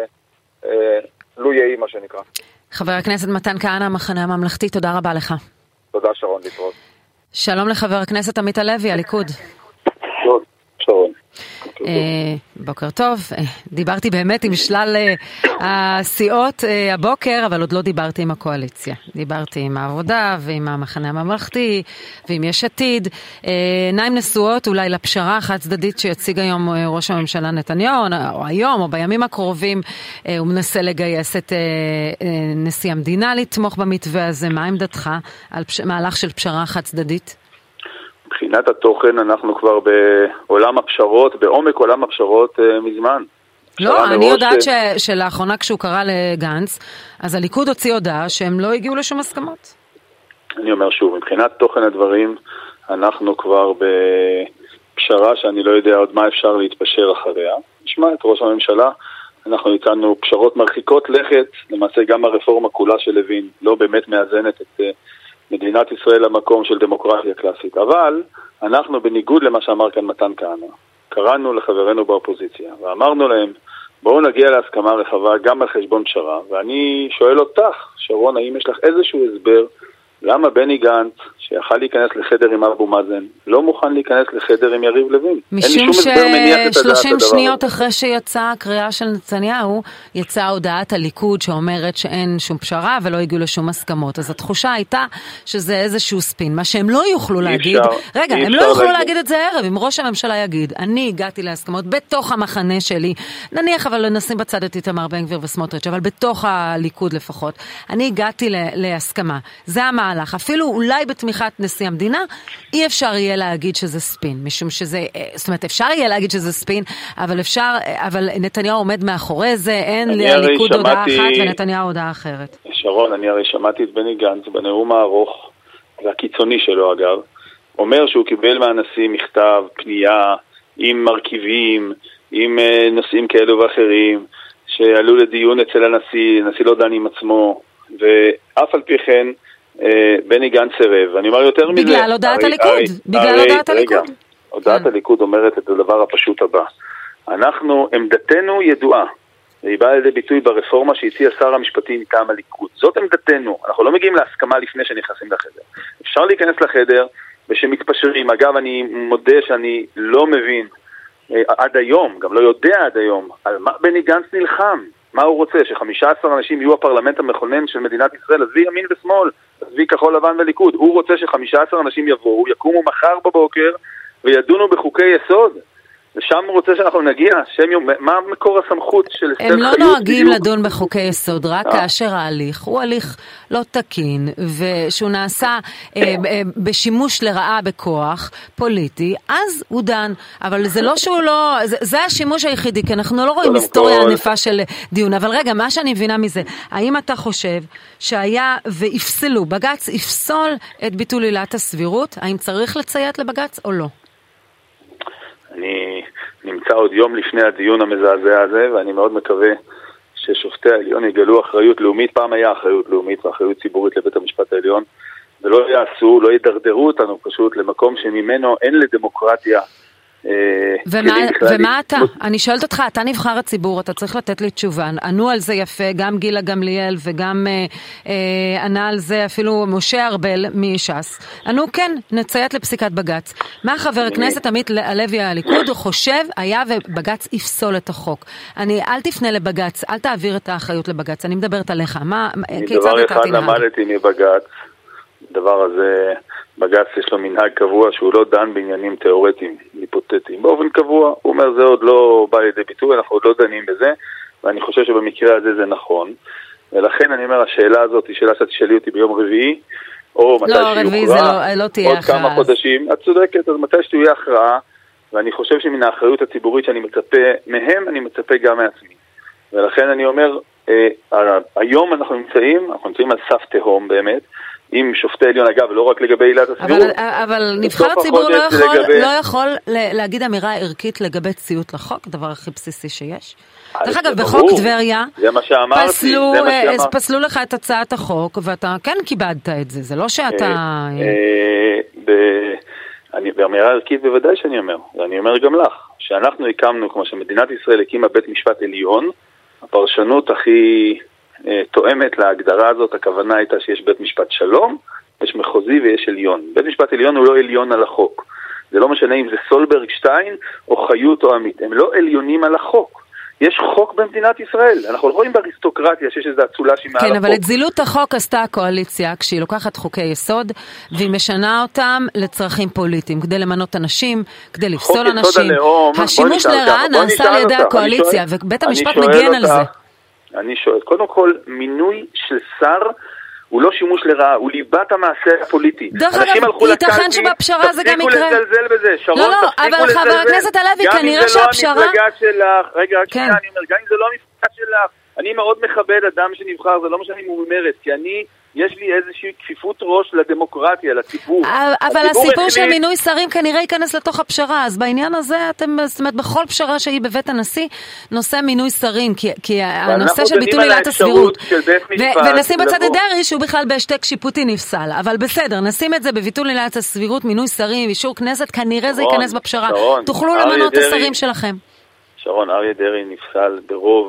לא יהיה מה שנקרא. חבר הכנסת מתן כהנא, המחנה הממלכתי, תודה רבה לך. תודה שרון, להתראות. שלום לחבר הכנסת עמית הלוי, הליכוד. שרון. בוקר טוב, דיברתי באמת עם שלל הסיעות הבוקר, אבל עוד לא דיברתי עם הקואליציה. דיברתי עם העבודה ועם המחנה הממלכתי ועם יש עתיד. עיניים נשואות אולי לפשרה החד צדדית שיציג היום ראש הממשלה נתניהו, או היום או בימים הקרובים, הוא מנסה לגייס את נשיא המדינה לתמוך במתווה הזה. מה עמדתך על מהלך של פשרה חד צדדית? מבחינת התוכן אנחנו כבר בעולם הפשרות, בעומק עולם הפשרות מזמן. לא, אני יודעת שלאחרונה כשהוא קרא לגנץ, אז הליכוד הוציא הודעה שהם לא הגיעו לשום הסכמות. אני אומר שוב, מבחינת תוכן הדברים, אנחנו כבר בפשרה שאני לא יודע עוד מה אפשר להתפשר אחריה. נשמע את ראש הממשלה, אנחנו הצענו פשרות מרחיקות לכת, למעשה גם הרפורמה כולה של לוין לא באמת מאזנת את מדינת ישראל למקום של דמוקרטיה קלאסית. אבל אנחנו בניגוד למה שאמר כאן מתן כהנא, קראנו לחברינו באופוזיציה ואמרנו להם, בואו נגיע להסכמה רחבה גם על חשבון פשרה. ואני שואל אותך, שרון, האם יש לך איזשהו הסבר למה בני גנץ, שיכל להיכנס לחדר עם אבו מאזן, לא מוכן להיכנס לחדר עם יריב לוין? משום ש30 שניות אחרי שיצאה הקריאה של נתניהו, יצאה הודעת הליכוד שאומרת שאין שום פשרה ולא הגיעו לשום הסכמות. אז התחושה הייתה שזה איזשהו ספין. מה שהם לא יוכלו להגיד, רגע, הם לא יוכלו להגיד את זה הערב. אם ראש הממשלה יגיד, אני הגעתי להסכמות בתוך המחנה שלי, נניח אבל נשים בצד את איתמר בן גביר וסמוטריץ', אבל בתוך הליכוד לפחות, אני הגעתי להסכמה. זה המהלך. אפילו אולי בתמיכת נשיא המדינה, אי אפשר יהיה להגיד שזה ספין, משום שזה, זאת אומרת, אפשר יהיה להגיד שזה ספין, אבל נתניהו עומד מאחורי זה, אין לליכוד הודעה אחת ונתניהו הודעה אחרת. שרון, אני הרי שמעתי את בני גנץ בנאום הארוך, והקיצוני שלו אגב, אומר שהוא קיבל מהנשיא מכתב, פנייה, עם מרכיבים, עם נושאים כאלו ואחרים, שעלו לדיון אצל הנשיא לא דן עם עצמו, ואף על פי כן, בני גנץ סירב, ואני אומר יותר מזה. בגלל הודעת הליכוד. בגלל הודעת הליכוד. הודעת הליכוד אומרת את הדבר הפשוט הבא. עמדתנו ידועה. היא באה לידי ביטוי ברפורמה שהציע שר המשפטים מטעם הליכוד. זאת עמדתנו. אנחנו לא מגיעים להסכמה לפני שנכנסים לחדר. אפשר להיכנס לחדר ושמתפשרים. אגב, אני מודה שאני לא מבין עד היום, גם לא יודע עד היום, על מה בני גנץ נלחם. מה הוא רוצה? ש15 אנשים יהיו הפרלמנט המכונן של מדינת ישראל, עזבי ימין ושמאל, עזבי כחול לבן וליכוד. הוא רוצה ש15 אנשים יבואו, יקומו מחר בבוקר וידונו בחוקי יסוד. לשם הוא רוצה שאנחנו נגיע? מה מקור הסמכות של אסתר חיות? הם לא נוהגים לדון בחוקי יסוד, רק כאשר ההליך הוא הליך לא תקין, ושהוא נעשה בשימוש לרעה בכוח פוליטי, אז הוא דן. אבל זה לא שהוא לא, זה השימוש היחידי, כי אנחנו לא רואים היסטוריה ענפה של דיון. אבל רגע, מה שאני מבינה מזה, האם אתה חושב שהיה ויפסלו, בג"ץ יפסול את ביטול עילת הסבירות? האם צריך לציית לבג"ץ או לא? אני נמצא עוד יום לפני הדיון המזעזע הזה, ואני מאוד מקווה ששופטי העליון יגלו אחריות לאומית. פעם היה אחריות לאומית ואחריות ציבורית לבית המשפט העליון, ולא יעשו, לא ידרדרו אותנו פשוט למקום שממנו אין לדמוקרטיה. ומה אתה? אני שואלת אותך, אתה נבחר הציבור, אתה צריך לתת לי תשובה. ענו על זה יפה, גם גילה גמליאל וגם ענה על זה אפילו משה ארבל מש"ס. ענו כן, נציית לפסיקת בג"ץ. מה חבר הכנסת עמית הלוי הליכוד הוא חושב היה ובג"ץ יפסול את החוק? אל תפנה לבג"ץ, אל תעביר את האחריות לבג"ץ, אני מדברת עליך. דבר אחד למדתי מבג"ץ, דבר הזה, בג"ץ יש לו מנהג קבוע שהוא לא דן בעניינים תיאורטיים, היפותטיים. באופן קבוע, הוא אומר זה עוד לא בא לידי ביטוי, אנחנו עוד לא דנים בזה, ואני חושב שבמקרה הזה זה נכון. ולכן אני אומר, השאלה הזאת היא שאלה שתשאלי אותי ביום רביעי, או מתי שיוכרע, עוד כמה חודשים. את צודקת, אז מתי שתהיה הכרעה, ואני חושב שמן האחריות הציבורית שאני מצפה מהם, אני מצפה גם מעצמי. ולכן אני אומר, היום אנחנו נמצאים על סף תהום באמת, עם שופטי עליון, אגב, לא רק לגבי עילת הסבירות. אבל נבחר הציבור לא יכול להגיד אמירה ערכית לגבי ציות לחוק, הדבר הכי בסיסי שיש. דרך אגב, בחוק טבריה, פסלו לך את הצעת החוק, ואתה כן כיבדת את זה, זה לא שאתה... באמירה ערכית בוודאי שאני אומר, ואני אומר גם לך, שאנחנו הקמנו, כמו שמדינת ישראל הקימה בית משפט עליון, הפרשנות הכי תואמת להגדרה הזאת, הכוונה הייתה שיש בית משפט שלום, יש מחוזי ויש עליון. בית משפט עליון הוא לא עליון על החוק. זה לא משנה אם זה סולברג, שטיין או חיות או עמית. הם לא עליונים על החוק. יש חוק במדינת ישראל. אנחנו לא רואים באריסטוקרטיה שיש איזו אצולה שהיא מעל החוק. כן, אבל את זילות החוק עשתה הקואליציה כשהיא לוקחת חוקי יסוד והיא משנה אותם לצרכים פוליטיים, כדי למנות אנשים, כדי לפסול אנשים. השימוש לרעה נעשה על ידי הקואליציה, ובית המשפט מגן על זה. אני שואל, קודם כל, מינוי של שר הוא לא שימוש לרעה, הוא ליבת המעשה הפוליטי. דרך אגב, ייתכן שבפשרה זה גם יקרה. תפסיקו לזלזל בזה, שרון, לא, אבל חבר הכנסת הלוי, כנראה שהפשרה... גם אם זה לא המפלגה שלך, רגע, אני אומר, גם אם זה לא המפלגה שלך, אני מאוד מכבד אדם שנבחר, זה לא משנה אם הוא ממרץ, כי יש לי איזושהי כפיפות ראש לדמוקרטיה, לציבור. אבל הסיפור של מינוי שרים כנראה ייכנס לתוך הפשרה, אז בעניין הזה אתם, זאת אומרת, בכל פשרה שהיא בבית הנשיא, נושא מינוי שרים, כי הנושא של ביטול עילת הסבירות, ונשים בצד דרעי שהוא בכלל בהשתק שיפוטי נפסל, אבל בסדר, נשים את זה בביטול עילת הסבירות, מינוי שרים, אישור כנסת, כנראה זה ייכנס בפשרה. תוכלו למנות את השרים שלכם. שרון, אריה דרעי נפסל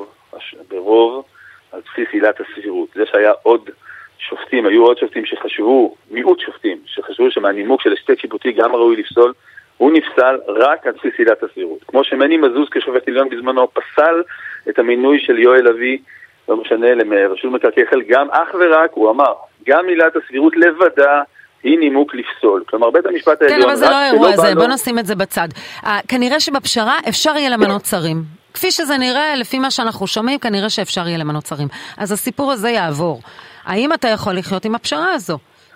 ברוב על בסיס עילת הסבירות. זה שהיה עוד שופטים, היו עוד שופטים שחשבו, מיעוט שופטים, שחשבו שמהנימוק של השתק שיפוטי גם ראוי לפסול, הוא נפסל רק על בסיס עילת הסבירות. כמו שמני מזוז כשופט עליון בזמנו פסל את המינוי של יואל אבי, לא משנה, לרשות מקרקעי ישראל, גם אך ורק, הוא אמר, גם עילת הסבירות לבדה היא נימוק לפסול. כלומר, בית המשפט העליון... כן, אבל זה לא אירוע הזה, בוא נשים את זה בצד. כנראה שבפשרה אפשר יהיה למנות שרים. כפי שזה נראה, לפי מה שאנחנו שומעים, כנראה שאפשר יהיה למנות שרים. אז הסיפור הזה יעבור. האם אתה יכול לחיות עם הפשרה הזו?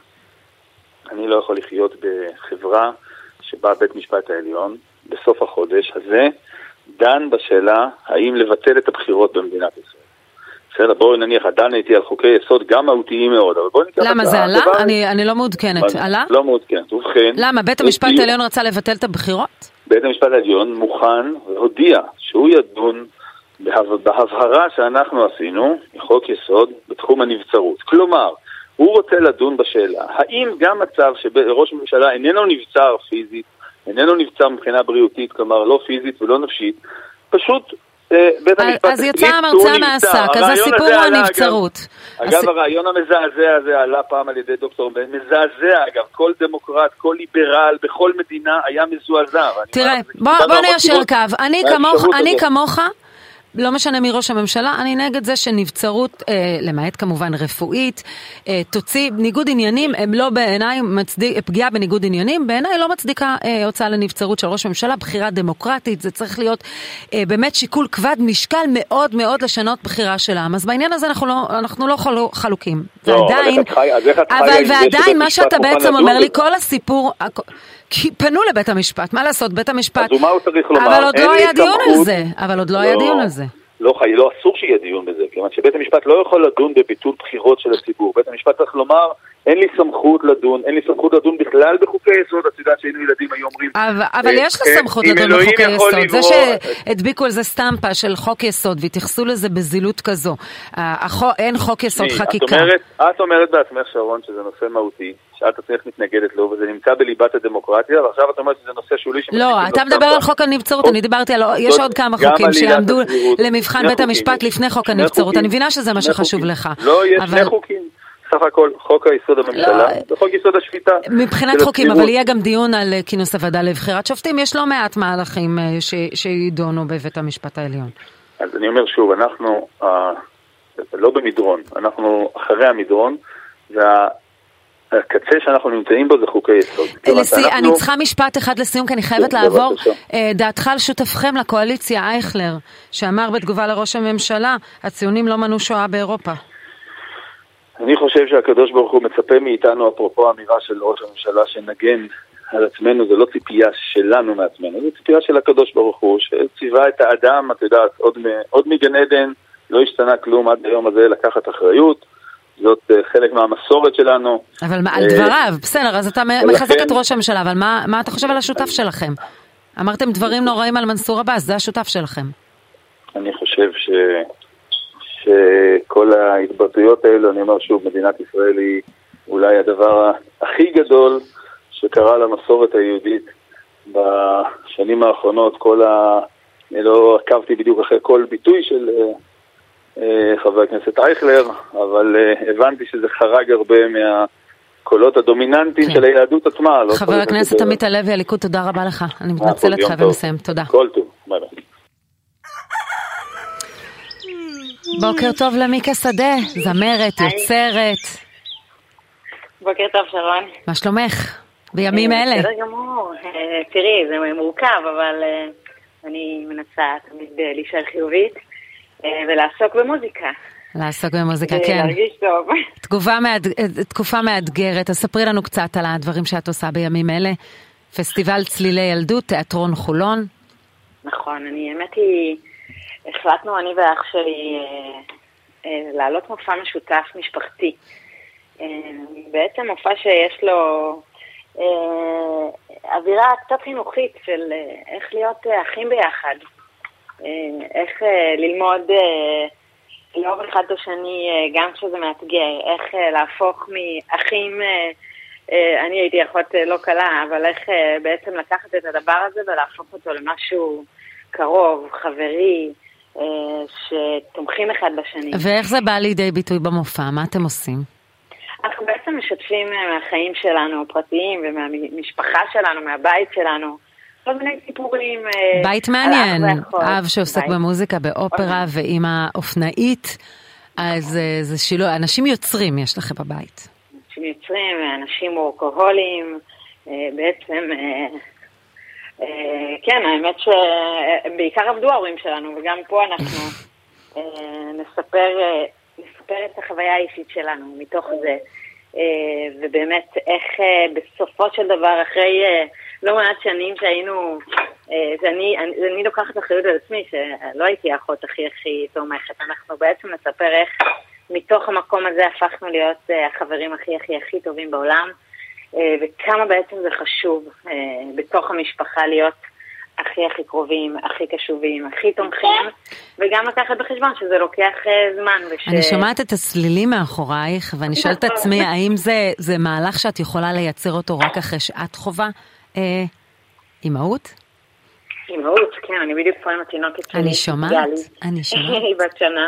אני לא יכול לחיות בחברה שבה בית משפט העליון, בסוף החודש הזה, דן בשאלה האם לבטל את הבחירות במדינת ישראל. בסדר, בואו נניח, דן איתי על חוקי יסוד גם מהותיים מאוד, אבל בואו ניקח... למה זה עלה? אני לא מעודכנת. עלה? לא מעודכנת, ובכן... למה? בית המשפט העליון רצה לבטל את הבחירות? בית המשפט העליון מוכן והודיע שהוא ידון בהבהרה שאנחנו עשינו מחוק יסוד בתחום הנבצרות. כלומר, הוא רוצה לדון בשאלה, האם גם מצב שראש הממשלה איננו נבצר פיזית, איננו נבצר מבחינה בריאותית, כלומר לא פיזית ולא נפשית, פשוט בית המשפט... אז יצא המרצע מהשק, אז הסיפור הוא הנבצרות. אגב, הרעיון המזעזע הזה עלה פעם על ידי דוקטור בן, מזעזע אגב, כל דמוקרט, כל ליברל, בכל מדינה היה מזועזע. תראה, בוא ניישר קו, אני כמוך לא משנה מראש הממשלה, אני נגד זה שנבצרות, למעט כמובן רפואית, תוציא ניגוד עניינים, הם לא בעיניי פגיעה בניגוד עניינים, בעיניי לא מצדיקה הוצאה לנבצרות של ראש הממשלה, בחירה דמוקרטית, זה צריך להיות באמת שיקול כבד משקל מאוד מאוד לשנות בחירה של העם. אז בעניין הזה אנחנו לא חלוקים. ועדיין, ועדיין מה שאתה בעצם אומר לי, כל הסיפור, כי פנו לבית המשפט, מה לעשות, בית המשפט, אבל עוד לא היה דיון על זה. לא, אסור שיהיה דיון בזה, כיוון שבית המשפט לא יכול לדון בביטול בחירות של הציבור. בית המשפט צריך לומר, אין לי סמכות לדון בכלל בחוקי יסוד. את יודעת שהיינו ילדים היו אומרים... אבל יש לה סמכות לדון בחוקי יסוד. זה שהדביקו על זה סטמפה של חוק יסוד, והתייחסו לזה בזילות כזו. אין חוק יסוד חקיקה. את אומרת בעצמך, שרון, שזה נושא מהותי, שאת עצמך מתנגדת לו, וזה נמצא בליבת הדמוקרטיה, ועכשיו את אומרת שזה נושא שולי... לא, אתה מדבר על חוק הנבצרות, אני דיברתי על... יש עוד כמה חוקים שיעמדו למבחן בית המשפט לפני חוק הנבצרות. אני מבינה שזה מה שחשוב לך. לא, יש שני חוקים. סך הכל, חוק היסוד הממשלה, וחוק יסוד השפיטה. מבחינת חוקים, אבל יהיה גם דיון על כינוס הוועדה לבחירת שופטים, יש לא מעט מהלכים שידונו בבית המשפט העליון. אז אני אומר שוב, אנחנו לא במדרון, אנחנו אחרי המדרון, והקצה שאנחנו נמצאים בו זה חוקי יסוד. אני צריכה משפט אחד לסיום, כי אני חייבת לעבור. דעתך על שותפכם לקואליציה, אייכלר, שאמר בתגובה לראש הממשלה, הציונים לא מנעו שואה באירופה. אני חושב שהקדוש ברוך הוא מצפה מאיתנו, אפרופו האמירה של ראש הממשלה, שנגן על עצמנו. זה לא ציפייה שלנו מעצמנו, זה ציפייה של הקדוש ברוך הוא, שציווה את האדם, את יודעת, עוד מגן עדן, לא השתנה כלום עד היום הזה, לקחת אחריות. זאת חלק מהמסורת שלנו. אבל על דבריו, בסדר, אז אתה מחזק את ראש הממשלה, אבל מה אתה חושב על השותף שלכם? אמרתם דברים נוראים על מנסור עבאס, זה השותף שלכם. אני חושב שכל ההתבטאויות האלו, אני אומר שוב, מדינת ישראל היא אולי הדבר הכי גדול שקרה למסורת היהודית בשנים האחרונות. אני לא עקבתי בדיוק אחרי כל ביטוי של חבר הכנסת אייכלר, אבל הבנתי שזה חרג הרבה מהקולות הדומיננטיים של היהדות עצמה. חבר הכנסת עמית הלוי, הליכוד, תודה רבה לך. אני מתנצלת, חייבים לסיים. תודה. כל טוב. ביי ביי. בוקר טוב למיקה שדה, זמרת, יוצרת. בוקר טוב שרון. מה שלומך? בימים אלה. בסדר גמור. תראי, זה מורכב, אבל אני מנסה תמיד להישאר חיובית ולעסוק במוזיקה. לעסוק במוזיקה, כן. להרגיש טוב. תקופה מאתגרת. אז ספרי לנו קצת על הדברים שאת עושה בימים אלה. פסטיבל צלילי ילדות, תיאטרון חולון. נכון, האמת היא... החלטנו אני ואח שלי לעלות מופע משותף משפחתי. בעצם מופע שיש לו אווירה קצת חינוכית של איך להיות אחים ביחד. איך ללמוד לאהוב אחד את השני גם כשזה מאתגר. איך להפוך מאחים, אני הייתי אחות לא קלה, אבל איך בעצם לקחת את הדבר הזה ולהפוך אותו למשהו קרוב, חברי, שתומכים אחד בשני. ואיך זה בא לידי ביטוי במופע? מה אתם עושים? אנחנו בעצם משתפים מהחיים שלנו הפרטיים ומהמשפחה שלנו, מהבית שלנו, כל מיני סיפורים. בית מעניין, אב שעוסק במוזיקה, באופרה ואמא אופנאית, אז זה שילוב, אנשים יוצרים יש לכם בבית. אנשים יוצרים, אנשים וורקוהולים, בעצם... כן, האמת שבעיקר עבדו ההורים שלנו, וגם פה אנחנו נספר את החוויה האישית שלנו מתוך זה, ובאמת איך בסופו של דבר, אחרי לא מעט שנים שהיינו, אני לוקחת אחריות על עצמי, שלא הייתי האחות הכי תומכת, אנחנו בעצם נספר איך מתוך המקום הזה הפכנו להיות החברים הכי טובים בעולם, וכמה בעצם זה חשוב בתוך המשפחה להיות הכי קרובים, הכי קשובים, הכי תומכים, וגם לקחת בחשבון שזה לוקח זמן. אני שומעת את הסלילים מאחורייך, ואני שואלת את עצמי, האם זה מהלך שאת יכולה לייצר אותו רק אחרי שאת חובה אימהות? אימהות, כן, אני בדיוק פה עם התינוקת שלי. אני שומעת. היא בת שנה.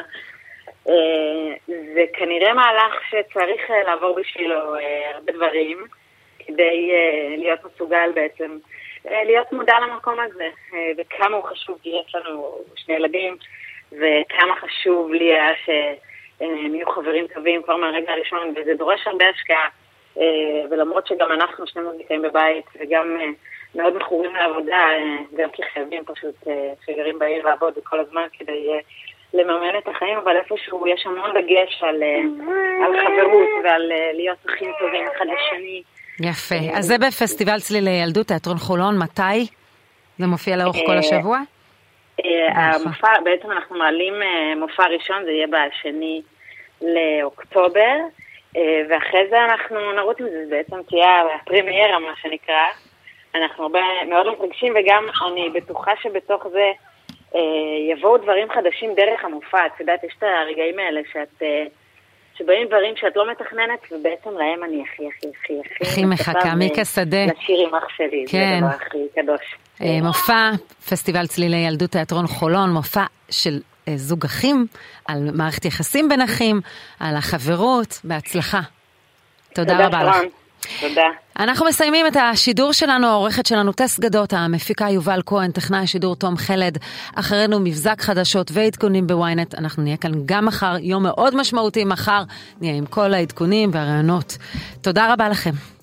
זה כנראה מהלך שצריך לעבור בשבילו הרבה דברים, כדי להיות מסוגל בעצם, להיות מודע למקום הזה, וכמה הוא חשוב, כי יש לנו שני ילדים, וכמה חשוב לי היה שהם יהיו חברים טובים כבר מהרגע הראשון, וזה דורש הרבה השקעה, ולמרות שגם אנחנו שני מוזיקאים בבית, וגם מאוד מכורים לעבודה, גם כחייבים פשוט שגרים בעיר לעבוד כל הזמן כדי לממן את החיים, אבל איפשהו יש המון דגש על חברות ועל להיות הכי טובים אחד לשני. יפה. אז זה בפסטיבל צלילי ילדות, תיאטרון חולון, מתי? זה מופיע לאורך כל השבוע? המופע, בעצם אנחנו מעלים מופע ראשון, זה יהיה ב2 לאוקטובר, ואחרי זה אנחנו נרוץ עם זה, בעצם תהיה הפרימיירה, מה שנקרא. אנחנו מאוד מתרגשים, וגם אני בטוחה שבתוך זה יבואו דברים חדשים דרך המופע. את יודעת, יש את הרגעים האלה שבאים דברים שאת לא מתכננת, ובעצם להם אני הכי מחכה, מיקה שדה. לשיר עם אח שלי, כן. זה דבר הכי קדוש. מופע, פסטיבל צלילי ילדות תיאטרון חולון, מופע של זוג אחים, על מערכת יחסים בין אחים, על החברות, בהצלחה. תודה רבה לך. תודה. אנחנו מסיימים את השידור שלנו, העורכת שלנו טס גדות, המפיקה יובל כהן, טכנאי השידור תום חלד, אחרינו מבזק חדשות ועדכונים בוויינט. אנחנו נהיה כאן גם מחר, יום מאוד משמעותי מחר, נהיה עם כל העדכונים והרעיונות. תודה רבה לכם.